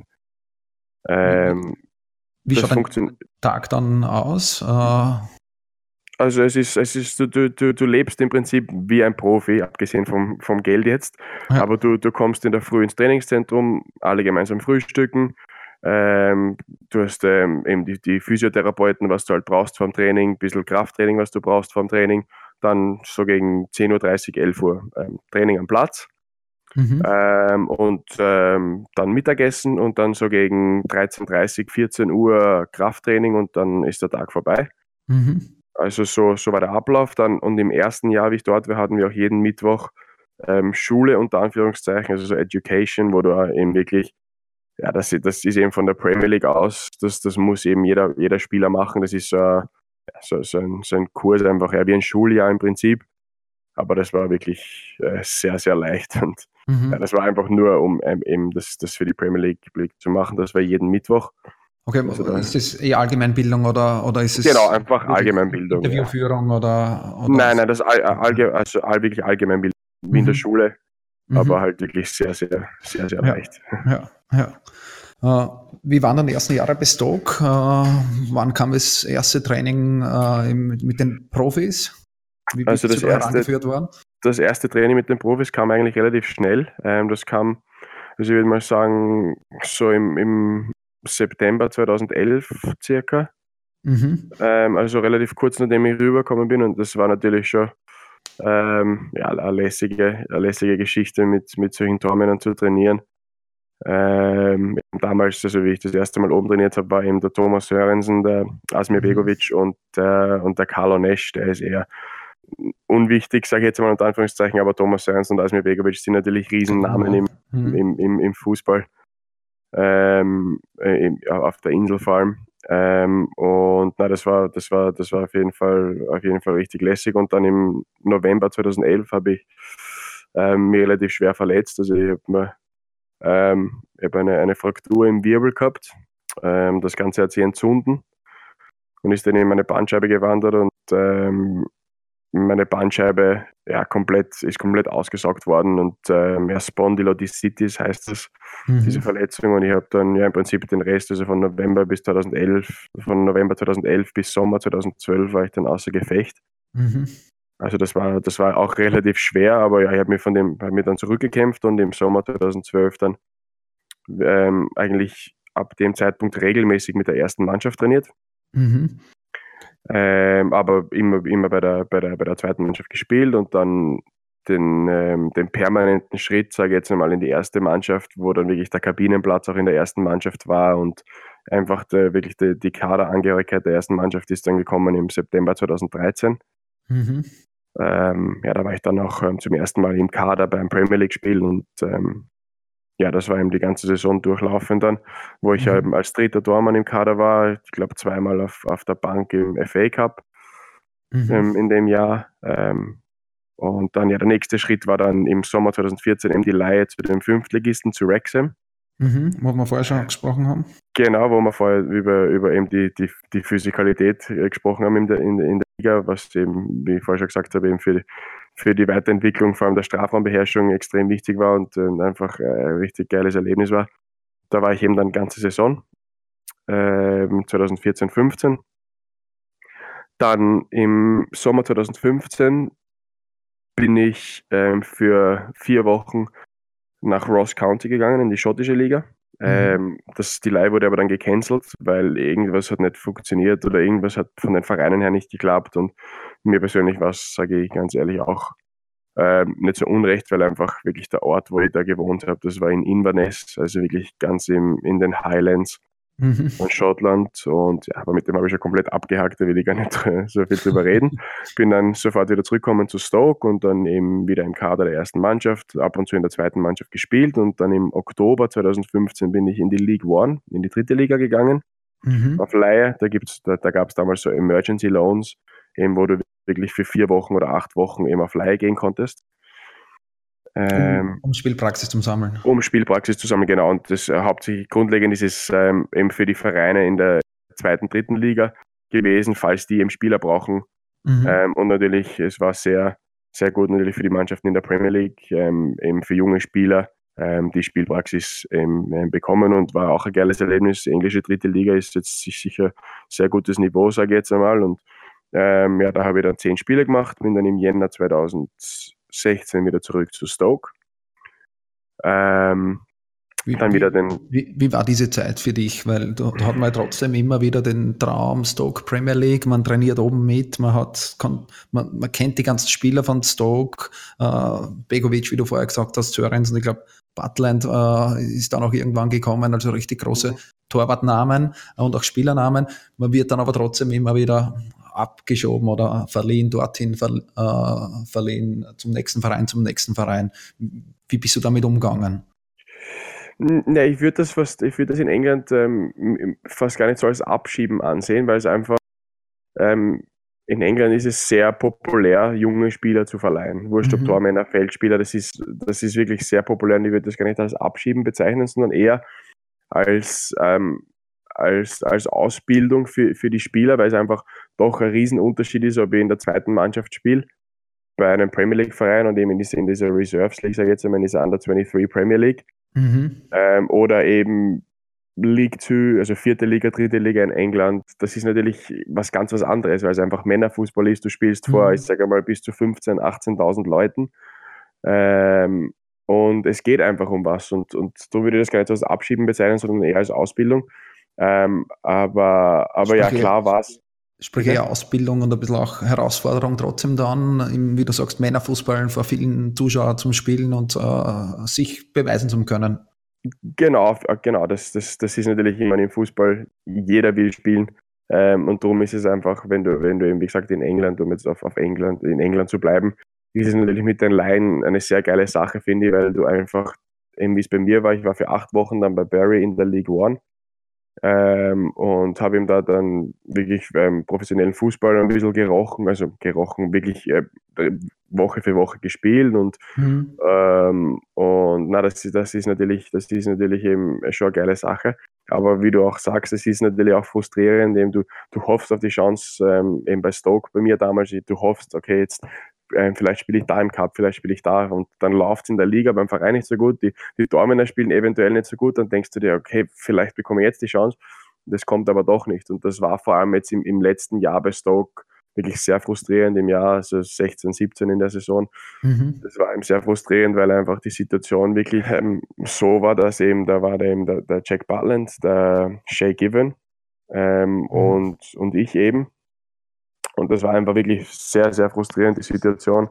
Ähm, Wie schaut ein Tag dann aus? Äh also es ist, es ist, du, du, du lebst im Prinzip wie ein Profi, abgesehen vom, vom Geld jetzt. Ja. Aber du, du kommst in der Früh ins Trainingszentrum, alle gemeinsam frühstücken. Ähm, du hast ähm, eben die, die Physiotherapeuten, was du halt brauchst vorm Training, ein bisschen Krafttraining, was du brauchst vorm Training. Dann so gegen zehn Uhr dreißig, elf Uhr ähm, Training am Platz. Mhm. Ähm, und ähm, dann Mittagessen und dann so gegen dreizehn Uhr dreißig, vierzehn Uhr Krafttraining und dann ist der Tag vorbei. Mhm. Also so, so war der Ablauf dann. Und im ersten Jahr, wie ich dort war, hatten wir auch jeden Mittwoch ähm, Schule unter Anführungszeichen, also so Education, wo du eben wirklich, ja, das, das ist eben von der Premier League aus, das, das muss eben jeder, jeder Spieler machen. Das ist so, so, so, ein, so ein Kurs einfach, ja, wie ein Schuljahr im Prinzip. Aber das war wirklich äh, sehr, sehr leicht. Und mhm. ja, das war einfach nur, um ähm, eben das, das für die Premier League zu machen. Das war jeden Mittwoch. Okay, also da, ist das eh Allgemeinbildung oder, oder ist es genau, einfach Allgemeinbildung. Interviewführung ja. oder, oder? Nein, nein, das ist all, allge, also all, wirklich Allgemeinbildung, wie mhm. in der Schule. Mhm. Aber halt wirklich sehr, sehr, sehr, sehr ja. leicht. Ja, ja. Uh, wie waren dann die ersten Jahre bei Stoke? Uh, wann kam das erste Training uh, im, mit den Profis? Wie also das erste, worden? das erste Training mit den Profis kam eigentlich relativ schnell. Ähm, das kam, also ich würde mal sagen, so im, im September zweitausendelf circa. Mhm. Ähm, also relativ kurz nachdem ich rübergekommen bin und das war natürlich schon ähm, ja, eine, lässige, eine lässige Geschichte mit, mit solchen Tormännern zu trainieren. Ähm, damals, also wie ich das erste Mal oben trainiert habe, war eben der Thomas Sörensen, der Asmir Begovic mhm. und, äh, und der Carlo Nesch, der ist eher unwichtig, sage ich jetzt mal unter Anführungszeichen, aber Thomas Sörensen und Asmir Begovic sind natürlich Riesennamen im, mhm. im, im, im Fußball, ähm, im, auf der Insel vor allem. Ähm, und na, das war, das war, das war auf jeden Fall, auf jeden Fall richtig lässig. Und dann im November zweitausendelf habe ich ähm, mich relativ schwer verletzt. Also ich habe mir Ähm, ich habe eine, eine Fraktur im Wirbel gehabt. Ähm, das Ganze hat sich entzünden und ist dann in meine Bandscheibe gewandert. Und ähm, meine Bandscheibe ja, komplett, ist komplett ausgesaugt worden und ähm, ja, Spondylodiscitis heißt das, mhm. diese Verletzung. Und ich habe dann ja im Prinzip den Rest, also von November bis zweitausendelf, von November zweitausendelf bis Sommer zweitausendzwölf war ich dann außer Gefecht. Mhm. Also das war, das war auch relativ schwer, aber ja, ich habe mich von dem, hab mich dann zurückgekämpft und im Sommer zweitausendzwölf dann ähm, eigentlich ab dem Zeitpunkt regelmäßig mit der ersten Mannschaft trainiert. Mhm. Ähm, aber immer, immer bei, der, bei, der, bei der zweiten Mannschaft gespielt und dann den, ähm, den permanenten Schritt, sage ich jetzt einmal, in die erste Mannschaft, wo dann wirklich der Kabinenplatz auch in der ersten Mannschaft war und einfach der, wirklich die, die Kaderangehörigkeit der ersten Mannschaft ist dann gekommen im September zweitausenddreizehn. Mhm. Ähm, ja, da war ich dann auch ähm, zum ersten Mal im Kader beim Premier League Spiel und ähm, ja, das war eben die ganze Saison durchlaufend dann, wo ich mhm. eben als dritter Tormann im Kader war, ich glaube zweimal auf, auf der Bank im F A Cup mhm. ähm, in dem Jahr. Ähm, und dann ja, der nächste Schritt war dann im Sommer zweitausendvierzehn eben die Leihe zu dem Fünftligisten, zu Wrexham. Mhm, wo wir vorher schon gesprochen haben. Genau, wo wir vorher über, über eben die, die, die Physikalität gesprochen haben in der, in, in der Liga, was eben, wie ich vorher schon gesagt habe, eben für, für die Weiterentwicklung vor allem der Strafraumbeherrschung extrem wichtig war und äh, einfach äh, ein richtig geiles Erlebnis war. Da war ich eben dann ganze Saison, äh, zweitausendvierzehn fünfzehn. Dann im Sommer zweitausendfünfzehn bin ich äh, für vier Wochen nach Ross County gegangen, in die schottische Liga. Mhm. Ähm, das, die Leihe wurde aber dann gecancelt, weil irgendwas hat nicht funktioniert oder irgendwas hat von den Vereinen her nicht geklappt. Und mir persönlich war es, sage ich ganz ehrlich, auch ähm, nicht so unrecht, weil einfach wirklich der Ort, wo ich da gewohnt habe, das war in Inverness, also wirklich ganz im, in den Highlands mhm. von Schottland. Und ja, aber mit dem habe ich schon komplett abgehakt, da will ich gar nicht so viel drüber reden. Bin dann sofort wieder zurückgekommen zu Stoke und dann eben wieder im Kader der ersten Mannschaft, ab und zu in der zweiten Mannschaft gespielt. Und dann im Oktober zweitausendfünfzehn bin ich in die League One, in die dritte Liga gegangen, mhm. auf Leihe. Da, gibt's, da, da gab es damals so Emergency Loans, eben wo du wirklich für vier Wochen oder acht Wochen eben auf Leihe gehen konntest. Ähm, um, um Spielpraxis zu sammeln. Um Spielpraxis zu sammeln, genau. Und das äh, hauptsächlich grundlegend ist es ähm, eben für die Vereine in der zweiten, dritten Liga gewesen, falls die eben Spieler brauchen. Mhm. Ähm, und natürlich, es war sehr, sehr gut natürlich für die Mannschaften in der Premier League, ähm, eben für junge Spieler, ähm, die Spielpraxis ähm, ähm, bekommen und war auch ein geiles Erlebnis. Die englische dritte Liga ist jetzt sicher sehr gutes Niveau, sage ich jetzt einmal. Und ähm, ja, da habe ich dann zehn Spiele gemacht, bin dann im Jänner zweitausendsechzehn wieder zurück zu Stoke. Ähm, wie, dann wieder den wie, wie war diese Zeit für dich? Weil da, da hat man ja trotzdem immer wieder den Traum Stoke Premier League, man trainiert oben mit, man hat, kann, man, man kennt die ganzen Spieler von Stoke, äh, Begovic, wie du vorher gesagt hast, Sörensen, ich glaube Butland äh, ist dann auch irgendwann gekommen, also richtig große mhm. Torwartnamen und auch Spielernamen. Man wird dann aber trotzdem immer wieder abgeschoben oder verliehen, dorthin ver, äh, verliehen, zum nächsten Verein, zum nächsten Verein. Wie bist du damit umgegangen? Ne, ich würde das fast, ich würde das in England ähm, fast gar nicht so als Abschieben ansehen, weil es einfach ähm, in England ist es sehr populär, junge Spieler zu verleihen. Wurscht ob mhm. Tormänner, Feldspieler, das ist, das ist wirklich sehr populär und ich würde das gar nicht als Abschieben bezeichnen, sondern eher als, ähm, als, als Ausbildung für, für die Spieler, weil es einfach doch ein Riesenunterschied ist, ob ich in der zweiten Mannschaft spiele, bei einem Premier League Verein und eben in dieser, in dieser Reserves League, sage ich jetzt einmal, in dieser Under zweiundzwanzig Premier League, mhm. ähm, oder eben League zwei, also vierte Liga, dritte Liga in England. Das ist natürlich was ganz was anderes, weil es einfach Männerfußball ist. Du spielst mhm. vor, ich sage mal, bis zu fünfzehntausend, achtzehntausend Leuten. Ähm, und es geht einfach um was. Und, und so würde ich das gar nicht als Abschieben bezeichnen, sondern eher als Ausbildung. Ähm, aber aber ja, klar war es. Sprich eher Ausbildung und ein bisschen auch Herausforderung trotzdem dann, im, wie du sagst, Männerfußball vor vielen Zuschauern zum Spielen und äh, sich beweisen zu können. Genau, genau. Das, das, das ist natürlich immer im Fußball, jeder will spielen. Ähm, und darum ist es einfach, wenn du, wenn du eben, wie gesagt, in England, um jetzt auf, auf England, in England zu bleiben, ist es natürlich mit den Laien eine sehr geile Sache, finde ich, weil du einfach, eben wie es bei mir war, ich war für acht Wochen dann bei Bury in der League One. Ähm, und habe ihm da dann wirklich ähm, professionellen Fußball ein bisschen gerochen, also gerochen, wirklich äh, Woche für Woche gespielt und, mhm. ähm, und Und na, das, das ist natürlich, das ist natürlich eben schon eine geile Sache. Aber wie du auch sagst, es ist natürlich auch frustrierend, eben du, du hoffst auf die Chance, ähm, eben bei Stoke, bei mir damals, du hoffst, okay, jetzt ähm, vielleicht spiele ich da im Cup, vielleicht spiele ich da und dann läuft es in der Liga beim Verein nicht so gut, die, die Dortmunder spielen eventuell nicht so gut, dann denkst du dir, okay, vielleicht bekomme ich jetzt die Chance, das kommt aber doch nicht. Und das war vor allem jetzt im, im letzten Jahr bei Stoke wirklich sehr frustrierend im Jahr, also sechzehn, siebzehn in der Saison. Mhm. Das war eben sehr frustrierend, weil einfach die Situation wirklich ähm, so war, dass eben, da war da eben der, der Jack Butland, der Shay Given ähm, mhm. und, und ich eben. Und das war einfach wirklich sehr, sehr frustrierend, die Situation,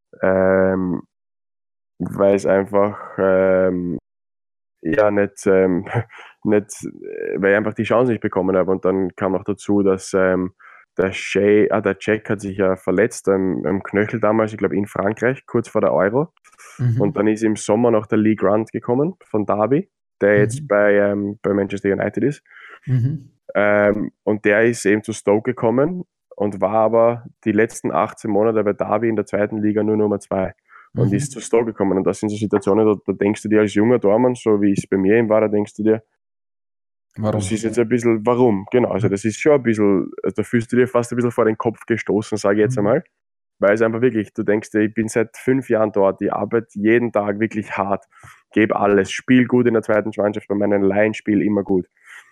ähm, weil es einfach ähm, ja nicht, ähm, nicht, weil ich einfach die Chance nicht bekommen habe. Und dann kam noch dazu, dass ähm, der Shay, ah, der Jack hat sich ja verletzt am, am Knöchel damals, ich glaube in Frankreich, kurz vor der Euro. Mhm. Und dann ist im Sommer noch der Lee Grant gekommen von Derby, der mhm. jetzt bei, ähm, bei Manchester United ist. Mhm. Ähm, und der ist eben zu Stoke gekommen und war aber die letzten achtzehn Monate bei Derby in der zweiten Liga nur Nummer zwei. Und mhm. ist zu Stoke gekommen. Und das sind so Situationen, da, da denkst du dir als junger Dormann, so wie es bei mir eben war, da denkst du dir, warum? Das ist jetzt ein bisschen, warum? Genau, also das ist schon ein bisschen, da fühlst du dir fast ein bisschen vor den Kopf gestoßen, sage ich jetzt einmal. Weil es einfach wirklich, du denkst dir, ich bin seit fünf Jahren dort, ich arbeite jeden Tag wirklich hart, gebe alles, spiele gut in der zweiten Mannschaft, bei meinem Laienspiel immer gut.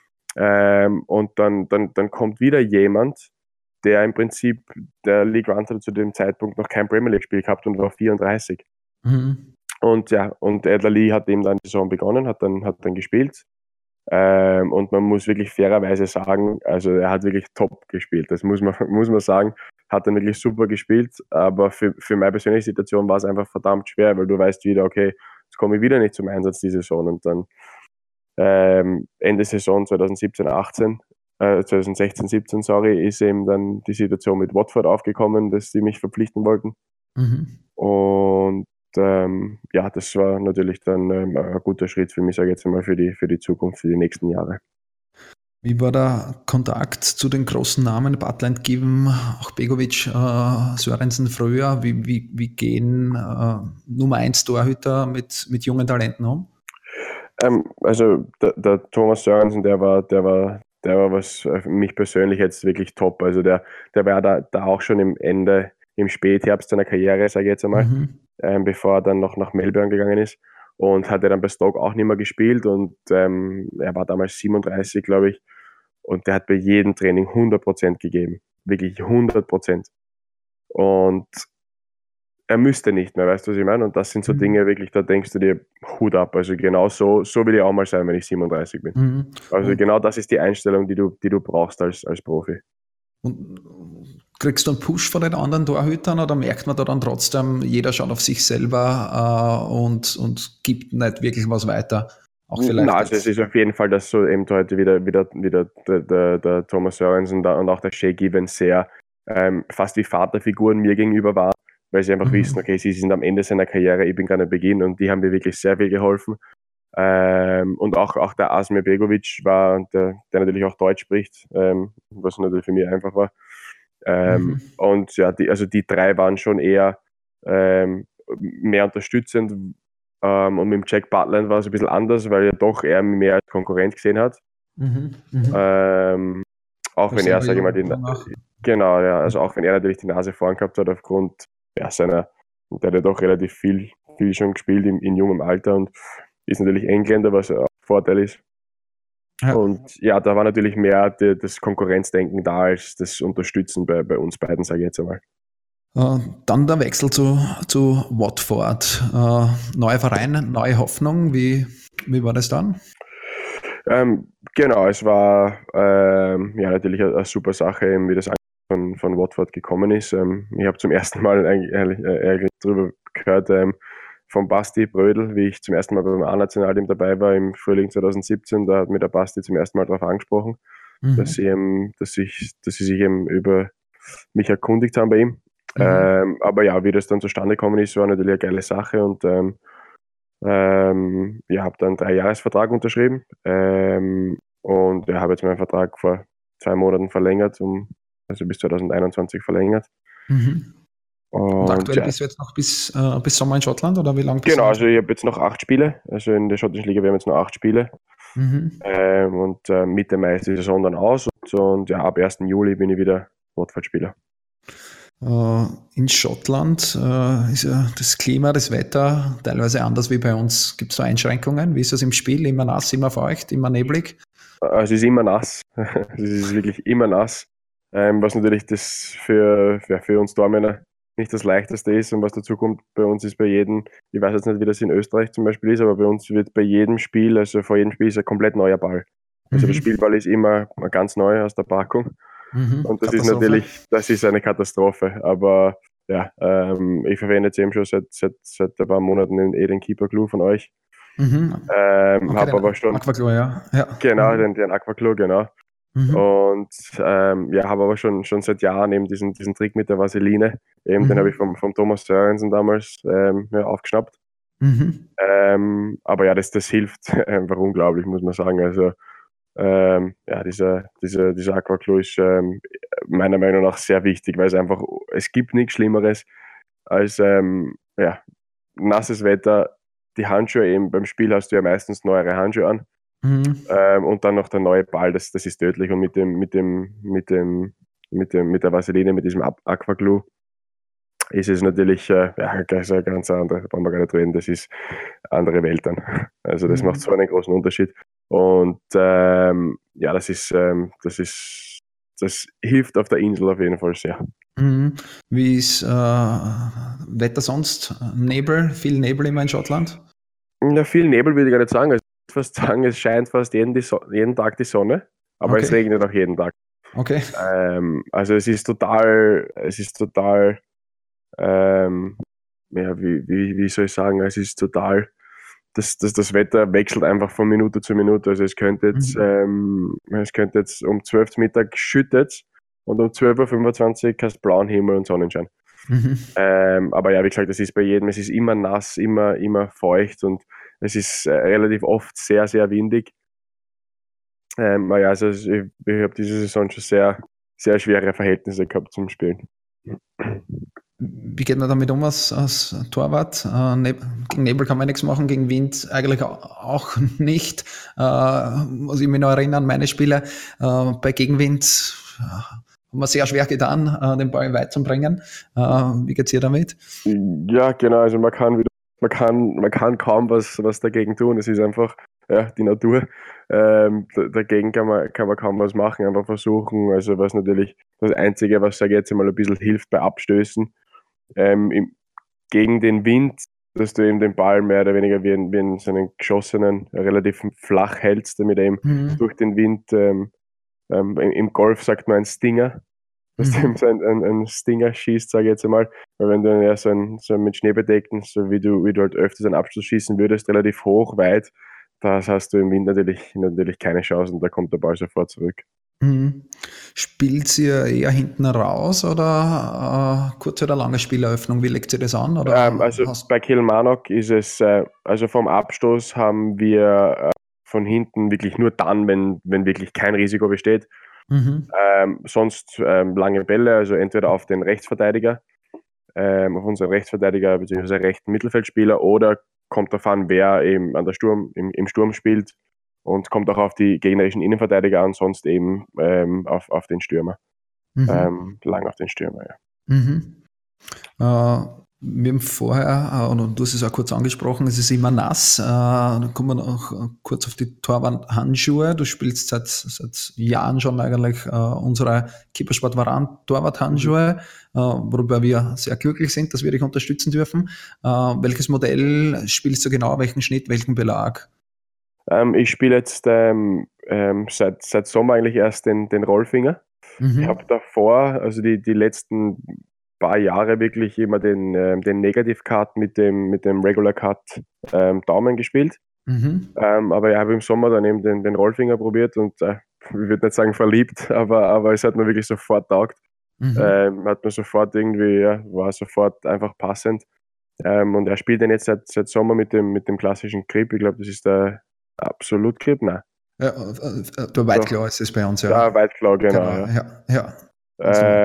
Ähm, und dann, dann, dann kommt wieder jemand, der im Prinzip, der Lee Grant hat zu dem Zeitpunkt noch kein Premier League-Spiel gehabt und war vierunddreißig. Mhm. Und ja, und Adler Lee hat eben dann die Saison begonnen, hat dann, hat dann gespielt. Ähm, und man muss wirklich fairerweise sagen, also er hat wirklich top gespielt, das muss man, muss man sagen, hat dann wirklich super gespielt, aber für, für meine persönliche Situation war es einfach verdammt schwer, weil du weißt wieder, okay, jetzt komme ich wieder nicht zum Einsatz diese Saison und dann ähm, Ende Saison zwanzig siebzehn achtzehn, äh, zwanzig sechzehn siebzehn, sorry, ist eben dann die Situation mit Watford aufgekommen, dass sie mich verpflichten wollten. Mhm. Und ähm, ja, das war natürlich dann ähm, ein guter Schritt für mich, sage ich jetzt einmal, für die, für die Zukunft, für die nächsten Jahre. Wie war der Kontakt zu den großen Namen, Butland, Given, auch Begovic, äh, Sörensen früher? Wie, wie, wie gehen äh, Nummer eins Torhüter mit, mit jungen Talenten um? Ähm, also der, der Thomas Sörensen, der war, der war, der war was für mich persönlich jetzt wirklich top. Also der, der war da, da auch schon im Ende, im Spätherbst seiner Karriere, sage ich jetzt einmal, mhm. ähm, bevor er dann noch nach Melbourne gegangen ist. Und hat er dann bei Stoke auch nicht mehr gespielt und ähm, er war damals siebenunddreißig, glaube ich. Und der hat bei jedem Training hundert Prozent gegeben. Wirklich hundert Prozent. Und er müsste nicht mehr, weißt du, was ich meine? Und das sind so mhm. Dinge wirklich, da denkst du dir, Hut ab. Also genau so, so will ich auch mal sein, wenn ich siebenunddreißig bin. Mhm. Also und genau das ist die Einstellung, die du, die du brauchst als, als Profi. Und kriegst du einen Push von den anderen Torhütern oder merkt man da dann trotzdem, jeder schaut auf sich selber äh, und, und gibt nicht wirklich was weiter? Auch vielleicht Na, also es ist auf jeden Fall, dass so eben heute wieder, wieder, wieder der, der, der Thomas Sörensen und auch der Shay Given sehr ähm, fast wie Vaterfiguren mir gegenüber waren, weil sie einfach mhm. wissen, okay, sie sind am Ende seiner Karriere, ich bin gerade am Beginn und die haben mir wirklich sehr viel geholfen. Ähm, und auch, auch der Asmir Begovic war, der, der natürlich auch Deutsch spricht, ähm, was natürlich für mich einfach war. Ähm, mhm. Und ja, die, also die drei waren schon eher ähm, mehr unterstützend. Ähm, und mit dem Jack Butland war es ein bisschen anders, weil er doch eher mehr als Konkurrent gesehen hat. Mhm. Mhm. Ähm, auch das wenn er, sage ich mal, die, genau, ja, also auch wenn er natürlich die Nase vorn gehabt hat aufgrund ja, seiner, der hat ja doch relativ viel, viel schon gespielt in, in jungem Alter und ist natürlich Engländer, was ein Vorteil ist. Ja. Und ja, da war natürlich mehr die, das Konkurrenzdenken da als das Unterstützen bei, bei uns beiden, sage ich jetzt einmal. Uh, dann der Wechsel zu, zu Watford. Uh, neuer Verein, neue Hoffnung. Wie, wie war das dann? Ähm, genau, es war ähm, ja natürlich eine, eine super Sache, wie das von, von Watford gekommen ist. Ähm, ich habe zum ersten Mal eigentlich, eigentlich darüber gehört ähm, von Basti Brödel, wie ich zum ersten Mal beim A-Nationalteam dabei war im Frühling zwanzig siebzehn. Da hat mir der Basti zum ersten Mal darauf angesprochen, mhm. dass, sie, ähm, dass, ich, dass sie sich eben über mich erkundigt haben bei ihm. Mhm. Ähm, aber ja, wie das dann zustande gekommen ist, war natürlich eine geile Sache und ähm, ähm, ja, habe dann einen Dreijahresvertrag unterschrieben ähm, und ja, habe jetzt meinen Vertrag vor zwei Monaten verlängert, um, also bis zwanzig einundzwanzig verlängert. Mhm. Und aktuell ja. bist du jetzt noch bis, äh, bis Sommer in Schottland oder wie lange bist Genau, du? also ich habe jetzt noch acht Spiele. Also in der schottischen Liga, wir haben jetzt noch acht Spiele. Mhm. Ähm, und äh, Mitte Mai ist die Saison dann aus. Und, und ja, ab ersten Juli bin ich wieder Watford-Spieler. Äh, in Schottland äh, ist ja das Klima, das Wetter teilweise anders wie bei uns. Gibt es da Einschränkungen? Wie ist das im Spiel? Immer nass, immer feucht, immer neblig? Also es ist immer nass. Es ist wirklich immer nass. Ähm, was natürlich das für, für, für uns Tormänner nicht das Leichteste ist. Und was dazu kommt, bei uns ist bei jedem, ich weiß jetzt nicht, wie das in Österreich zum Beispiel ist, aber bei uns wird bei jedem Spiel, also vor jedem Spiel ist ein komplett neuer Ball. Also Mhm. der Spielball ist immer ganz neu aus der Packung. Mhm. Und das ist Katastrophe. natürlich, das ist eine Katastrophe. Aber ja, ähm, ich verwende jetzt eben schon seit, seit, seit ein paar Monaten den, eh den Keeper Glue von euch. Mhm. Ähm, Okay, habe den aber schon, Aquaglow, ja. ja. genau, Mhm. den, den Aquaclo, genau. Mhm. Und ähm, ja, habe aber schon, schon seit Jahren eben diesen, diesen Trick mit der Vaseline, eben Mhm. den habe ich vom, vom Thomas Sörensen damals ähm, ja, aufgeschnappt. Mhm. Ähm, aber ja, das, das hilft einfach unglaublich, muss man sagen. Also ähm, ja, dieser, dieser, dieser Aquaclo ist ähm, meiner Meinung nach sehr wichtig, weil es einfach, es gibt nichts Schlimmeres als ähm, ja, nasses Wetter. Die Handschuhe eben, beim Spiel hast du ja meistens neuere Handschuhe an. Mhm. Ähm, und dann noch der neue Ball, das, das ist tödlich. Und mit dem, mit dem, mit dem, mit dem, mit der Vaseline, mit diesem Aquaglue ist es natürlich, äh, ja, das ist eine ganz andere, da brauchen wir gar nicht reden, das ist andere Welt dann. Also das Mhm. macht so einen großen Unterschied. Und ähm, ja, das ist, ähm, das ist, das hilft auf der Insel auf jeden Fall sehr. Mhm. Wie ist äh, Wetter sonst? Nebel, viel Nebel immer in Schottland? Ja, viel Nebel würde ich gar nicht sagen. Also ich würde fast sagen, es scheint fast jeden, die so jeden Tag die Sonne, aber es Okay. regnet auch jeden Tag. Okay. Ähm, also es ist total, es ist total, ähm, ja, wie, wie, wie soll ich sagen, es ist total, das, das, das Wetter wechselt einfach von Minute zu Minute. Also es könnte jetzt, Mhm. ähm, es könnte jetzt um zwölf Uhr Mittag schüttet und um zwölf Uhr fünfundzwanzig hast blauen Himmel und Sonnenschein. Mhm. Ähm, aber ja, wie gesagt, es ist bei jedem, es ist immer nass, immer, immer feucht und es ist äh, relativ oft sehr, sehr windig. Ähm, aber ja, also ich, ich habe diese Saison schon sehr, sehr schwere Verhältnisse gehabt zum Spielen. Wie geht man damit um als, als Torwart? Äh, Neb gegen Nebel kann man nichts machen, gegen Wind eigentlich auch nicht. Äh, muss ich mich noch erinnern, meine Spiele äh, bei Gegenwind äh, haben wir sehr schwer getan, äh, den Ball weit zu bringen. Äh, wie geht's dir damit? Ja, genau, also man kann wieder, man kann, man kann kaum was, was dagegen tun. Es ist einfach ja, die Natur. Ähm, d- dagegen kann man, kann man kaum was machen, einfach versuchen. Also was natürlich das Einzige, was sage ich jetzt mal ein bisschen hilft bei Abstößen, ähm, im, gegen den Wind, dass du eben den Ball mehr oder weniger wie, in, wie in so einen geschossenen relativ flach hältst, damit er eben Mhm. durch den Wind, ähm, ähm, im im Golf sagt man ein Stinger, dass du Mhm. eben so einen, einen, einen Stinger schießt, sage ich jetzt einmal. Weil wenn du ja so, ein, so mit Schnee bedeckten, so wie du, wie du halt öfters einen Abschluss schießen würdest, relativ hoch, weit, das hast du im Wind natürlich, natürlich keine Chance und da kommt der Ball sofort zurück. Mhm. Spielt ihr eher hinten raus oder äh, kurze oder lange Spieleröffnung? Wie legt ihr das an? Ähm, Oder also hast bei Kilmarnock ist es, äh, also vom Abstoß haben wir äh, von hinten wirklich nur dann, wenn, wenn wirklich kein Risiko besteht. mhm. Ähm, sonst ähm, lange Bälle, also entweder auf den Rechtsverteidiger, ähm, auf unseren Rechtsverteidiger bzw. rechten Mittelfeldspieler oder kommt darauf an, wer eben an der Sturm, im, im Sturm spielt und kommt auch auf die gegnerischen Innenverteidiger an, sonst eben ähm, auf, auf den Stürmer. Mhm. Ähm, lang auf den Stürmer, ja. Mhm. Äh, wir haben vorher, äh, und du hast es auch kurz angesprochen, es ist immer nass. Äh, dann kommen wir noch äh, kurz auf die Torwart-Handschuhe. Du spielst seit, seit Jahren schon eigentlich äh, unsere Keepersport Varan Torwart-Handschuhe, äh, worüber wir sehr glücklich sind, dass wir dich unterstützen dürfen. Äh, welches Modell spielst du genau? Welchen Schnitt, welchen Belag? Ähm, ich spiele jetzt ähm, ähm, seit, seit Sommer eigentlich erst den, den Rollfinger. Ich Mhm. habe davor, also die, die letzten paar Jahre wirklich immer den, ähm, den Negative Cut mit dem, mit dem Regular Cut ähm, Daumen gespielt. Mhm. Ähm, aber ich habe im Sommer dann eben den, den Rollfinger probiert und äh, ich würde nicht sagen verliebt, aber, aber es hat mir wirklich sofort taugt. Mhm. Ähm, hat mir sofort irgendwie, ja, war sofort einfach passend. Ähm, und er spielt den jetzt seit, seit Sommer mit dem, mit dem klassischen Grip. Ich glaube, das ist der Absolut Grip, nein. Ja, äh, äh, der White Doch, Claw ist es bei uns, ja, ja. White Claw, genau, Genau, ja. ja, ja. Ganz normal. Ähm,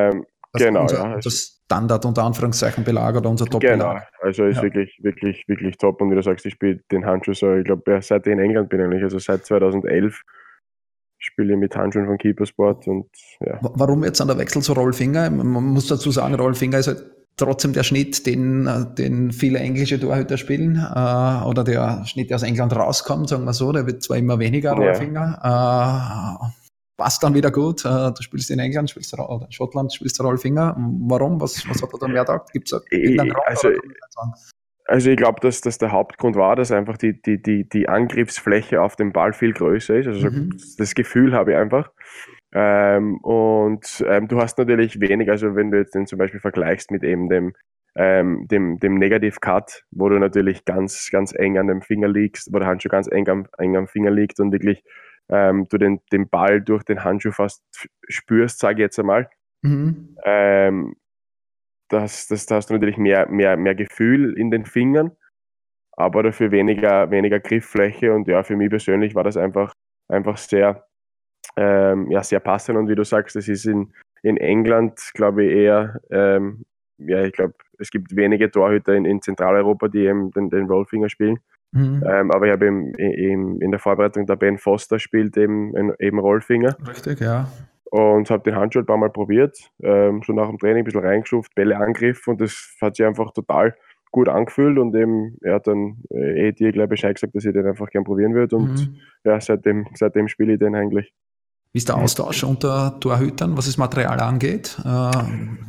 Also genau, unser, ja. unser Standard unter Anführungszeichen Belag oder unser Genau, Top-Belag. also ist Ja. wirklich, wirklich, wirklich top. Und wie du sagst, ich spiele den Handschuh so, ich glaube, ja, seit ich in England bin eigentlich, also seit zweitausendelf spiele ich mit Handschuhen von Keepersport und ja. Wa- Warum jetzt an der Wechsel zu Rollfinger? Man muss dazu sagen, Rollfinger ist halt trotzdem der Schnitt, den, äh, den viele englische Torhüter spielen, äh, oder der Schnitt, der aus England rauskommt, sagen wir so, der wird zwar immer weniger, Ja. Rollfinger, äh, passt dann wieder gut. Äh, du spielst in England, spielst du, oder in Schottland, spielst du Rollfinger. Warum? Was, was hat er da mehr gedacht? Gibt es irgendeinen Ich, Grund? also, Oder kann man nicht sagen? also ich glaube, dass das der Hauptgrund war, dass einfach die, die, die, die Angriffsfläche auf dem Ball viel größer ist. Also Mhm. das Gefühl habe ich einfach. Ähm, und ähm, du hast natürlich wenig, also wenn du jetzt den zum Beispiel vergleichst mit eben dem, ähm, dem, dem Negative Cut, wo du natürlich ganz, ganz eng an dem Finger liegst, wo der Handschuh ganz eng am, eng am Finger liegt und wirklich ähm, du den, den Ball durch den Handschuh fast spürst, sage ich jetzt einmal. Mhm. Ähm, das, das, da hast du natürlich mehr, mehr, mehr Gefühl in den Fingern, aber dafür weniger, weniger Grifffläche. Und ja, für mich persönlich war das einfach, einfach sehr, ähm, ja, sehr passend. Und wie du sagst, das ist in, in England, glaube ich, eher, ähm, ja, ich glaube, es gibt wenige Torhüter in, in Zentraleuropa, die eben den, den Rollfinger spielen. Mhm. Ähm, aber ich habe eben, eben in der Vorbereitung, der Ben Foster spielt eben, eben Rollfinger. Richtig, ja. Und habe den Handschuh ein paar Mal probiert, ähm, schon nach dem Training ein bisschen reingeschufft, Bälle angegriffen und das hat sich einfach total gut angefühlt und eben, er hat dann äh, eh dir gleich Bescheid gesagt, dass ich den einfach gern probieren würde und Mhm. ja, seitdem, seitdem spiele ich den eigentlich. Wie ist der Austausch unter Torhütern, was das Material angeht? Äh,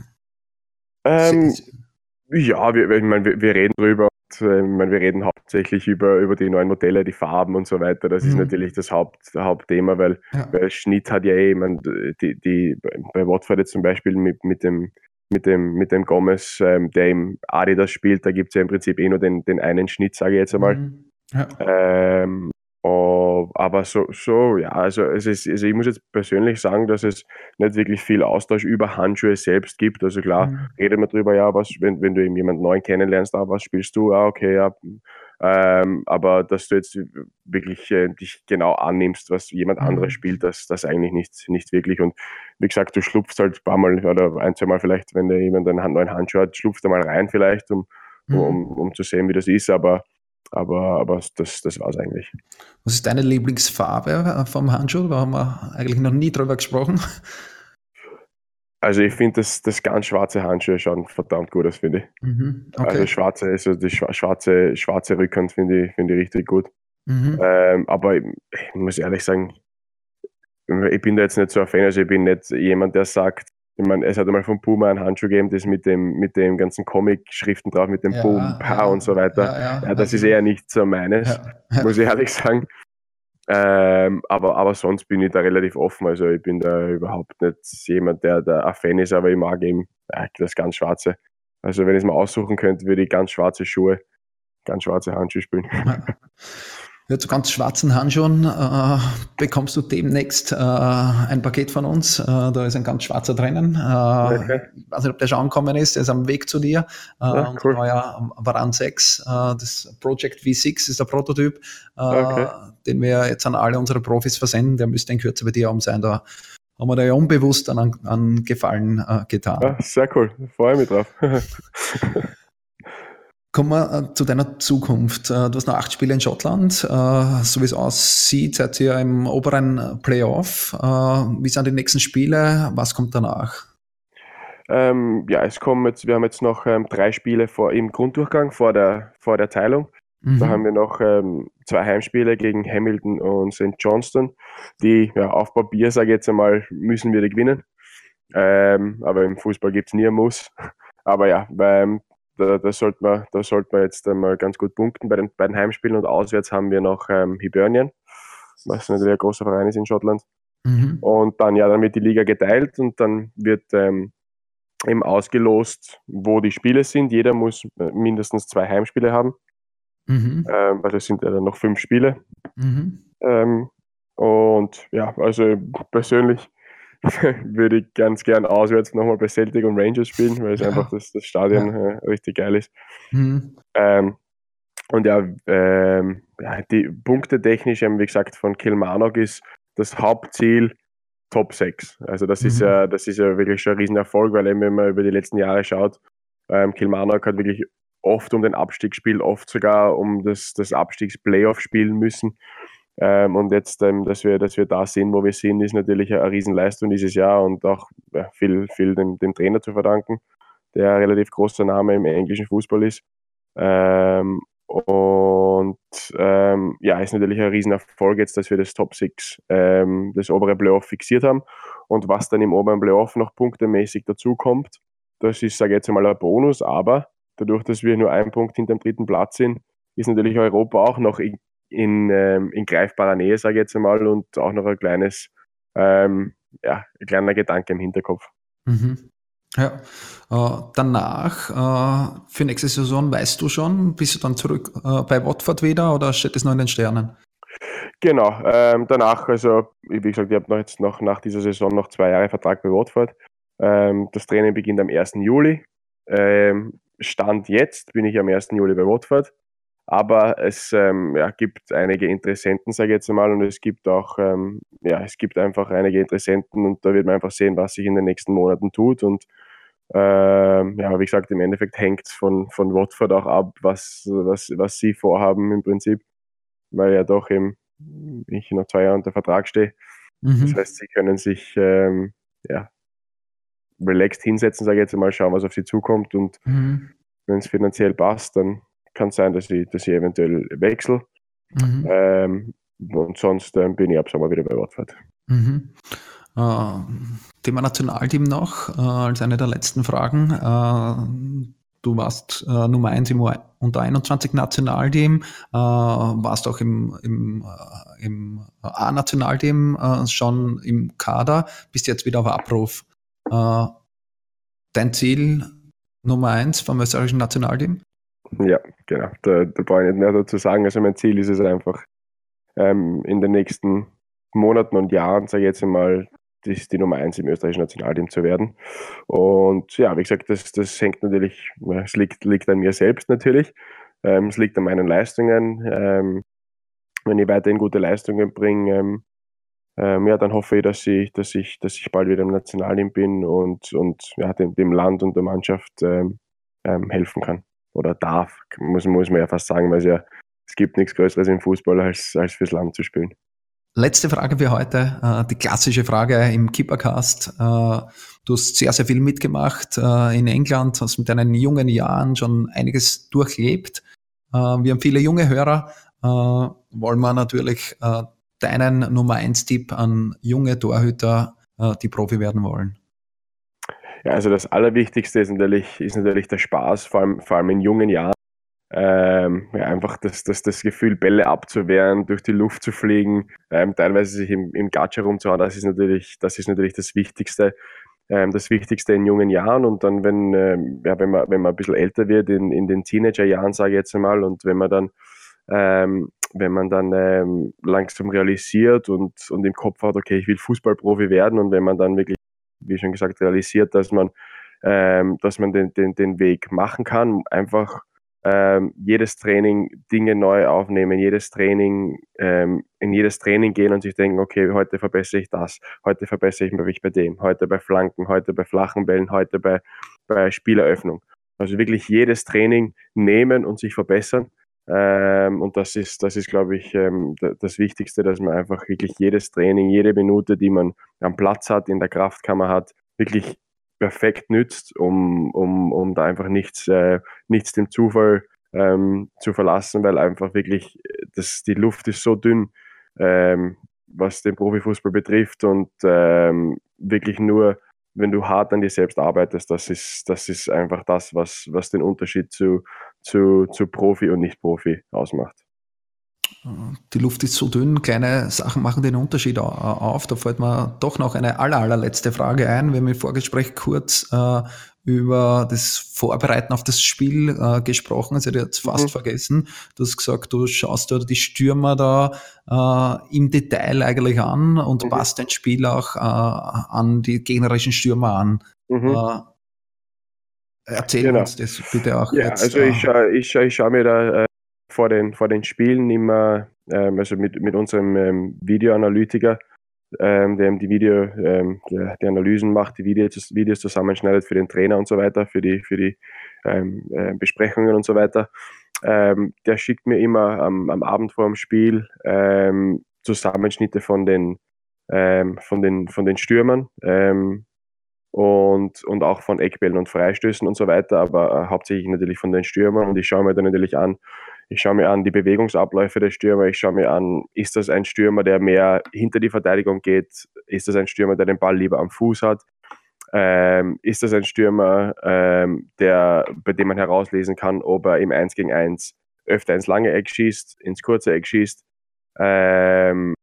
Ähm, se- ja, wir, ich meine, wir, wir reden drüber. Und, äh, ich meine, wir reden hauptsächlich über, über die neuen Modelle, die Farben und so weiter. Das ist Mhm. natürlich das Haupt, Hauptthema, weil, Ja. weil Schnitt hat ja eh, ich meine, die, die, bei Watford jetzt zum Beispiel mit, mit dem mit dem, mit dem Gomez, ähm, der im Adidas spielt, da gibt es ja im Prinzip eh nur den, den einen Schnitt, sage ich jetzt einmal. Mhm. Ja. Ähm, oh, aber so, so, ja, also es ist, also ich muss jetzt persönlich sagen, dass es nicht wirklich viel Austausch über Handschuhe selbst gibt. Also klar, Mhm. redet man drüber, ja, was, wenn, wenn du eben jemanden neuen kennenlernst, ah, was spielst du? Ah, okay, ja. Ähm, aber dass du jetzt wirklich äh, dich genau annimmst, was jemand anderes Mhm. spielt, das, das eigentlich nicht, nicht wirklich. Und wie gesagt, du schlupfst halt ein paar Mal oder ein, zwei Mal vielleicht, wenn dir jemand einen neuen Handschuh hat, schlupfst du mal rein vielleicht, um, um, Mhm. um zu sehen, wie das ist, aber aber, aber das, das war es eigentlich. Was ist deine Lieblingsfarbe äh, vom Handschuh? Da haben wir eigentlich noch nie drüber gesprochen. Also ich finde, das, das ganz schwarze Handschuhe schauen verdammt gut aus, finde ich. Mhm. Also Okay. schwarze, also die schwarze, schwarze Rückhand finde ich, finde ich richtig gut. Mhm. Ähm, aber ich, ich muss ehrlich sagen, ich bin da jetzt nicht so ein Fan, also ich bin nicht jemand, der sagt, ich meine, es hat einmal von Puma einen Handschuh gegeben, das mit dem, mit dem ganzen Comic-Schriften drauf, mit dem Boom, Ja, Pa und ja, so weiter. ja, ja, Ja, das weiß ich ist noch. eher nicht so meines, Ja, ja. muss ich ehrlich sagen. Ähm, aber, aber sonst bin ich da relativ offen. Also ich bin da überhaupt nicht jemand, der da ein Fan ist, aber ich mag eben ja, das ganz Schwarze. Also wenn ich es mal aussuchen könnte, würde ich ganz schwarze Schuhe, ganz schwarze Handschuhe spielen. Ja. Ja, zu ganz schwarzen Handschuhen äh, bekommst du demnächst äh, ein Paket von uns. Äh, da ist ein ganz schwarzer drinnen. Äh, Okay. ich weiß nicht, ob der schon angekommen ist. Der ist am Weg zu dir. Äh, Ja, unser cool. neuer Varan sechs, äh, das Project V sechs ist der Prototyp, äh, Okay. den wir jetzt an alle unsere Profis versenden. Der müsste in Kürze bei dir um sein. Da haben wir da ja unbewusst an, an Gefallen äh, getan. Ja, sehr cool. Freue mich drauf. Kommen wir äh, zu deiner Zukunft. Äh, du hast noch acht Spiele in Schottland. Äh, so wie es aussieht, seid ihr im oberen Playoff. Äh, wie sind die nächsten Spiele? Was kommt danach? ähm, ja, es kommen jetzt, wir haben jetzt noch ähm, drei Spiele vor, im Grunddurchgang vor der, vor der Teilung. Da haben Mhm. wir noch ähm, zwei Heimspiele gegen Hamilton und Saint Johnston. Die ja, auf Papier, sage ich jetzt einmal, müssen wir die gewinnen. Ähm, aber im Fußball gibt es nie ein Muss. Aber ja, beim, da, da sollte man, da sollte man jetzt einmal ganz gut punkten bei den beiden Heimspielen und auswärts haben wir noch ähm, Hibernian, was natürlich ein großer Verein ist in Schottland. Mhm. Und dann, ja, dann wird die Liga geteilt und dann wird ähm, eben ausgelost, wo die Spiele sind. Jeder muss äh, mindestens zwei Heimspiele haben, Mhm. ähm, weil es sind ja dann noch fünf Spiele. Mhm. Ähm, und ja, also persönlich würde ich ganz gern auswärts nochmal bei Celtic und Rangers spielen, weil es einfach Ja. das, das Stadion Ja. äh, richtig geil ist. Mhm. Ähm, und ja, ähm, ja, die Punkte technisch, eben wie gesagt, von Kilmarnock ist das Hauptziel, Top sechs. Also das Mhm. ist ja, das ist ja wirklich schon ein Riesenerfolg, weil eben, wenn man über die letzten Jahre schaut, ähm, Kilmarnock hat wirklich oft um den Abstieg gespielt, oft sogar um das, das Abstiegs-Playoff spielen müssen. Ähm, und jetzt, ähm, dass wir, dass wir da sind, wo wir sind, ist natürlich eine, eine Riesenleistung dieses Jahr und auch ja, viel, viel dem, dem Trainer zu verdanken, der ein relativ großer Name im englischen Fußball ist. Ähm, und ähm, ja, ist natürlich ein Riesenerfolg jetzt, dass wir das Top sechs, ähm, das obere Playoff fixiert haben. Und was dann im oberen Playoff noch punktemäßig dazukommt, das ist, sage ich jetzt einmal, ein Bonus, aber dadurch, dass wir nur einen Punkt hinter dem dritten Platz sind, ist natürlich Europa auch noch in, in, ähm, in greifbarer Nähe, sage ich jetzt einmal, und auch noch ein kleines, ähm, ja, ein kleiner Gedanke im Hinterkopf. Mhm. Ja, äh, danach, äh, für nächste Saison weißt du schon, bist du dann zurück äh, bei Watford wieder oder steht es noch in den Sternen? Genau, ähm, danach, also wie gesagt, ich habe noch jetzt noch nach dieser Saison noch zwei Jahre Vertrag bei Watford. Ähm, das Training beginnt am ersten Juli. Ähm, Stand jetzt bin ich am ersten Juli bei Watford. Aber es ähm, ja, gibt einige Interessenten, sage ich jetzt einmal, und es gibt auch, ähm, ja, es gibt einfach einige Interessenten und da wird man einfach sehen, was sich in den nächsten Monaten tut. Und ähm, ja, wie gesagt, im Endeffekt hängt es von, von Watford auch ab, was, was, was sie vorhaben im Prinzip, weil ja doch eben ich noch zwei Jahre unter Vertrag stehe. Das Mhm. heißt, sie können sich ähm, ja, relaxed hinsetzen, sage ich jetzt einmal, schauen, was auf sie zukommt und Mhm. wenn es finanziell passt, dann kann es sein, dass ich, dass ich eventuell wechsle. Mhm. Ähm, und sonst ähm, bin ich ab Sommer wieder bei Watford. Mhm. Äh, Thema Nationalteam noch, äh, als eine der letzten Fragen. Äh, du warst äh, Nummer eins im unter einundzwanzig Nationalteam, äh, warst auch im, im, äh, im A-Nationalteam äh, schon im Kader, bist jetzt wieder auf Abruf. Äh, dein Ziel Nummer eins vom österreichischen Nationalteam? Ja, genau. Da, da brauche ich nicht mehr dazu sagen. Also mein Ziel ist es einfach, ähm, in den nächsten Monaten und Jahren, sage ich jetzt einmal, die, die Nummer eins im österreichischen Nationalteam zu werden. Und ja, wie gesagt, das, das hängt natürlich, es liegt, liegt an mir selbst natürlich. Ähm, es liegt an meinen Leistungen. Ähm, wenn ich weiterhin gute Leistungen bringe, ähm, ähm, ja, dann hoffe ich, dass ich, dass ich, dass ich bald wieder im Nationalteam bin und, und ja, dem, dem Land und der Mannschaft ähm, ähm, helfen kann. Oder darf, muss, muss man ja fast sagen, weil es ja, es gibt nichts Größeres im Fußball, als, als fürs Land zu spielen. Letzte Frage für heute, äh, die klassische Frage im Keepercast. Äh, du hast sehr, sehr viel mitgemacht äh, in England, hast mit deinen jungen Jahren schon einiges durchlebt. Äh, wir haben viele junge Hörer, äh, wollen wir natürlich äh, deinen Nummer eins Tipp an junge Torhüter, äh, die Profi werden wollen. Ja, also das Allerwichtigste ist natürlich, ist natürlich der Spaß, vor allem, vor allem in jungen Jahren. Ähm, ja, einfach das, das, das Gefühl, Bälle abzuwehren, durch die Luft zu fliegen, ähm, teilweise sich im, im Gatsch herumzuhauen, das ist natürlich, das ist natürlich das Wichtigste. Ähm, das Wichtigste in jungen Jahren und dann, wenn, ähm, ja, wenn man, wenn man ein bisschen älter wird, in, in den Teenagerjahren, sage ich jetzt einmal, und wenn man dann, ähm, wenn man dann ähm, langsam realisiert und, und im Kopf hat, okay, ich will Fußballprofi werden und wenn man dann wirklich, wie schon gesagt, realisiert, dass man, ähm, dass man den, den, den Weg machen kann, einfach ähm, jedes Training Dinge neu aufnehmen, jedes Training, ähm, in jedes Training gehen und sich denken, okay, heute verbessere ich das, heute verbessere ich mich bei dem, heute bei Flanken, heute bei flachen Bällen, heute bei, bei Spieleröffnung. Also wirklich jedes Training nehmen und sich verbessern. Ähm, und das ist, das ist, glaube ich, ähm, das Wichtigste, dass man einfach wirklich jedes Training, jede Minute, die man am Platz hat, in der Kraftkammer hat, wirklich perfekt nützt, um, um, um da einfach nichts, äh, nichts dem Zufall ähm, zu verlassen, weil einfach wirklich das, die Luft ist so dünn, ähm, was den Profifußball betrifft und ähm, wirklich nur, wenn du hart an dir selbst arbeitest, das ist, das ist einfach das, was, was den Unterschied zu, zu, zu Profi und Nicht-Profi ausmacht. Die Luft ist so dünn, kleine Sachen machen den Unterschied auf. Da fällt mir doch noch eine aller, allerletzte Frage ein. Wir haben im Vorgespräch kurz äh, über das Vorbereiten auf das Spiel äh, gesprochen. Das hätte ich jetzt fast Mhm. vergessen. Du hast gesagt, du schaust dir die Stürmer da äh, im Detail eigentlich an und Mhm. passt dein Spiel auch äh, an die gegnerischen Stürmer an. Mhm. Äh, erzähl Genau. uns das bitte auch Ja, jetzt. also Äh, ich, scha- ich, scha- ich schaue mir da äh, vor, den, vor den Spielen immer, ähm, also mit, mit unserem ähm, Videoanalytiker, ähm, der die Video, ähm, der, die Analysen macht, die Videos, Videos zusammenschneidet für den Trainer und so weiter, für die, für die ähm, äh, Besprechungen und so weiter. Ähm, der schickt mir immer am, am Abend vor dem Spiel ähm, Zusammenschnitte von den, ähm, von den, von den Stürmern ähm, und, und auch von Eckbällen und Freistößen und so weiter, aber äh, hauptsächlich natürlich von den Stürmern, und ich schaue mir dann natürlich an, ich schaue mir an die Bewegungsabläufe der Stürmer, ich schaue mir an, ist das ein Stürmer, der mehr hinter die Verteidigung geht, ist das ein Stürmer, der den Ball lieber am Fuß hat, ähm, ist das ein Stürmer, ähm, der, bei dem man herauslesen kann, ob er im eins gegen eins öfter ins lange Eck schießt, ins kurze Eck schießt, ähm,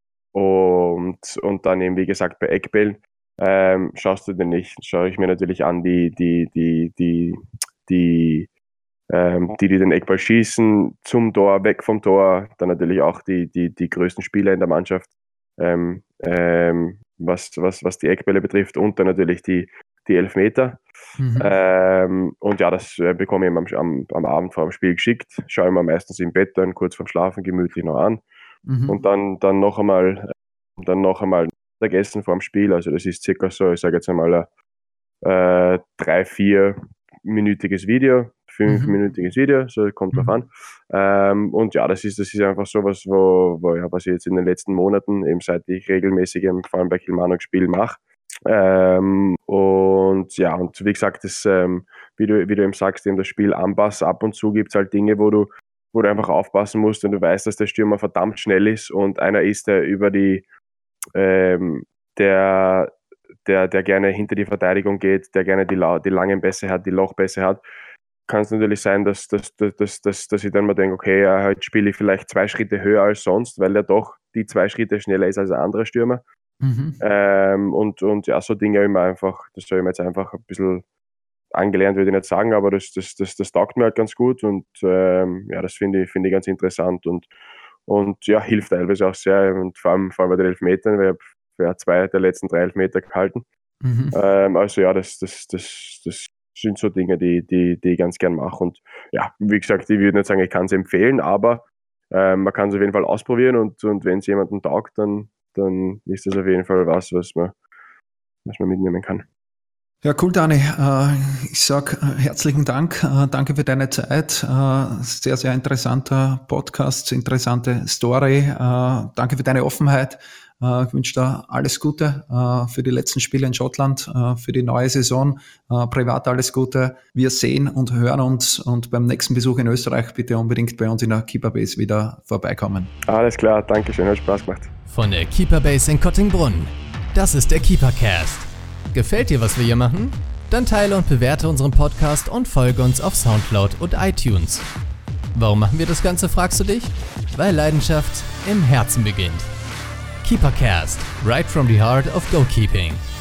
und, und dann eben, wie gesagt, bei Eckbällen ähm, schaust du denn nicht, schaue ich mir natürlich an, die, die, die, die, die, ähm, die, die den Eckball schießen, zum Tor, weg vom Tor, dann natürlich auch die, die, die größten Spieler in der Mannschaft, ähm, ähm, was, was, was die Eckbälle betrifft, und dann natürlich die, die Elfmeter. Mhm. Ähm, und ja, das äh, bekomme ich am, am, am Abend vor dem Spiel geschickt, schaue ich mir meistens im Bett dann kurz vorm Schlafen gemütlich noch an. Mhm. Und dann, dann noch einmal, dann noch einmal Mittagessen vor dem Spiel. Also das ist circa so, ich sage jetzt einmal, ein äh, drei-, vierminütiges Video, fünfminütiges mhm. Video, so kommt drauf an. Ähm, und ja, das ist, das ist einfach so was, wo, wo, ja, was ich jetzt in den letzten Monaten, eben seit ich regelmäßig vor allem bei Kilmarnock Spiel mache. Ähm, und ja, und wie gesagt, das, ähm, wie, du, wie du eben sagst, eben das Spiel anpassen, ab und zu gibt es halt Dinge, wo du wo du einfach aufpassen musst, und du weißt, dass der Stürmer verdammt schnell ist und einer ist, der über die, ähm, der, der, der gerne hinter die Verteidigung geht, der gerne die, die langen Pässe hat, die Lochpässe hat. Kann es natürlich sein, dass, dass, dass, dass, dass ich dann mal denke, okay, ja, heute spiele ich vielleicht zwei Schritte höher als sonst, weil er doch die zwei Schritte schneller ist als ein anderer Stürmer. Mhm. Ähm, und, und ja, so Dinge immer einfach, das soll ich mir jetzt einfach ein bisschen angelernt, würde ich nicht sagen, aber das, das, das, das taugt mir halt ganz gut, und ähm, ja, das finde ich, finde ich ganz interessant, und, und ja, hilft teilweise auch sehr, und vor allem, vor allem bei den Elfmetern, weil ich habe zwei der letzten drei Elfmeter gehalten. Mhm. Ähm, also ja, das, das, das, das sind so Dinge, die, die, die ich ganz gern mache, und ja, wie gesagt, ich würde nicht sagen, ich kann es empfehlen, aber ähm, man kann es auf jeden Fall ausprobieren, und, und wenn es jemandem taugt, dann, dann ist das auf jeden Fall was, was man, was man mitnehmen kann. Ja, cool, Dani. Ich sage herzlichen Dank. Danke für deine Zeit. Sehr, sehr interessanter Podcast, interessante Story. Danke für deine Offenheit. Ich wünsche dir alles Gute für die letzten Spiele in Schottland, für die neue Saison. Privat alles Gute. Wir sehen und hören uns, und beim nächsten Besuch in Österreich bitte unbedingt bei uns in der Keeper Base wieder vorbeikommen. Alles klar, danke schön, hat Spaß gemacht. Von der Keeper Base in Kottingbrunn. Das ist der Keepercast. Gefällt dir, was wir hier machen? Dann teile und bewerte unseren Podcast und folge uns auf Soundcloud und iTunes. Warum machen wir das Ganze, fragst du dich? Weil Leidenschaft im Herzen beginnt. Keepercast, right from the heart of goalkeeping.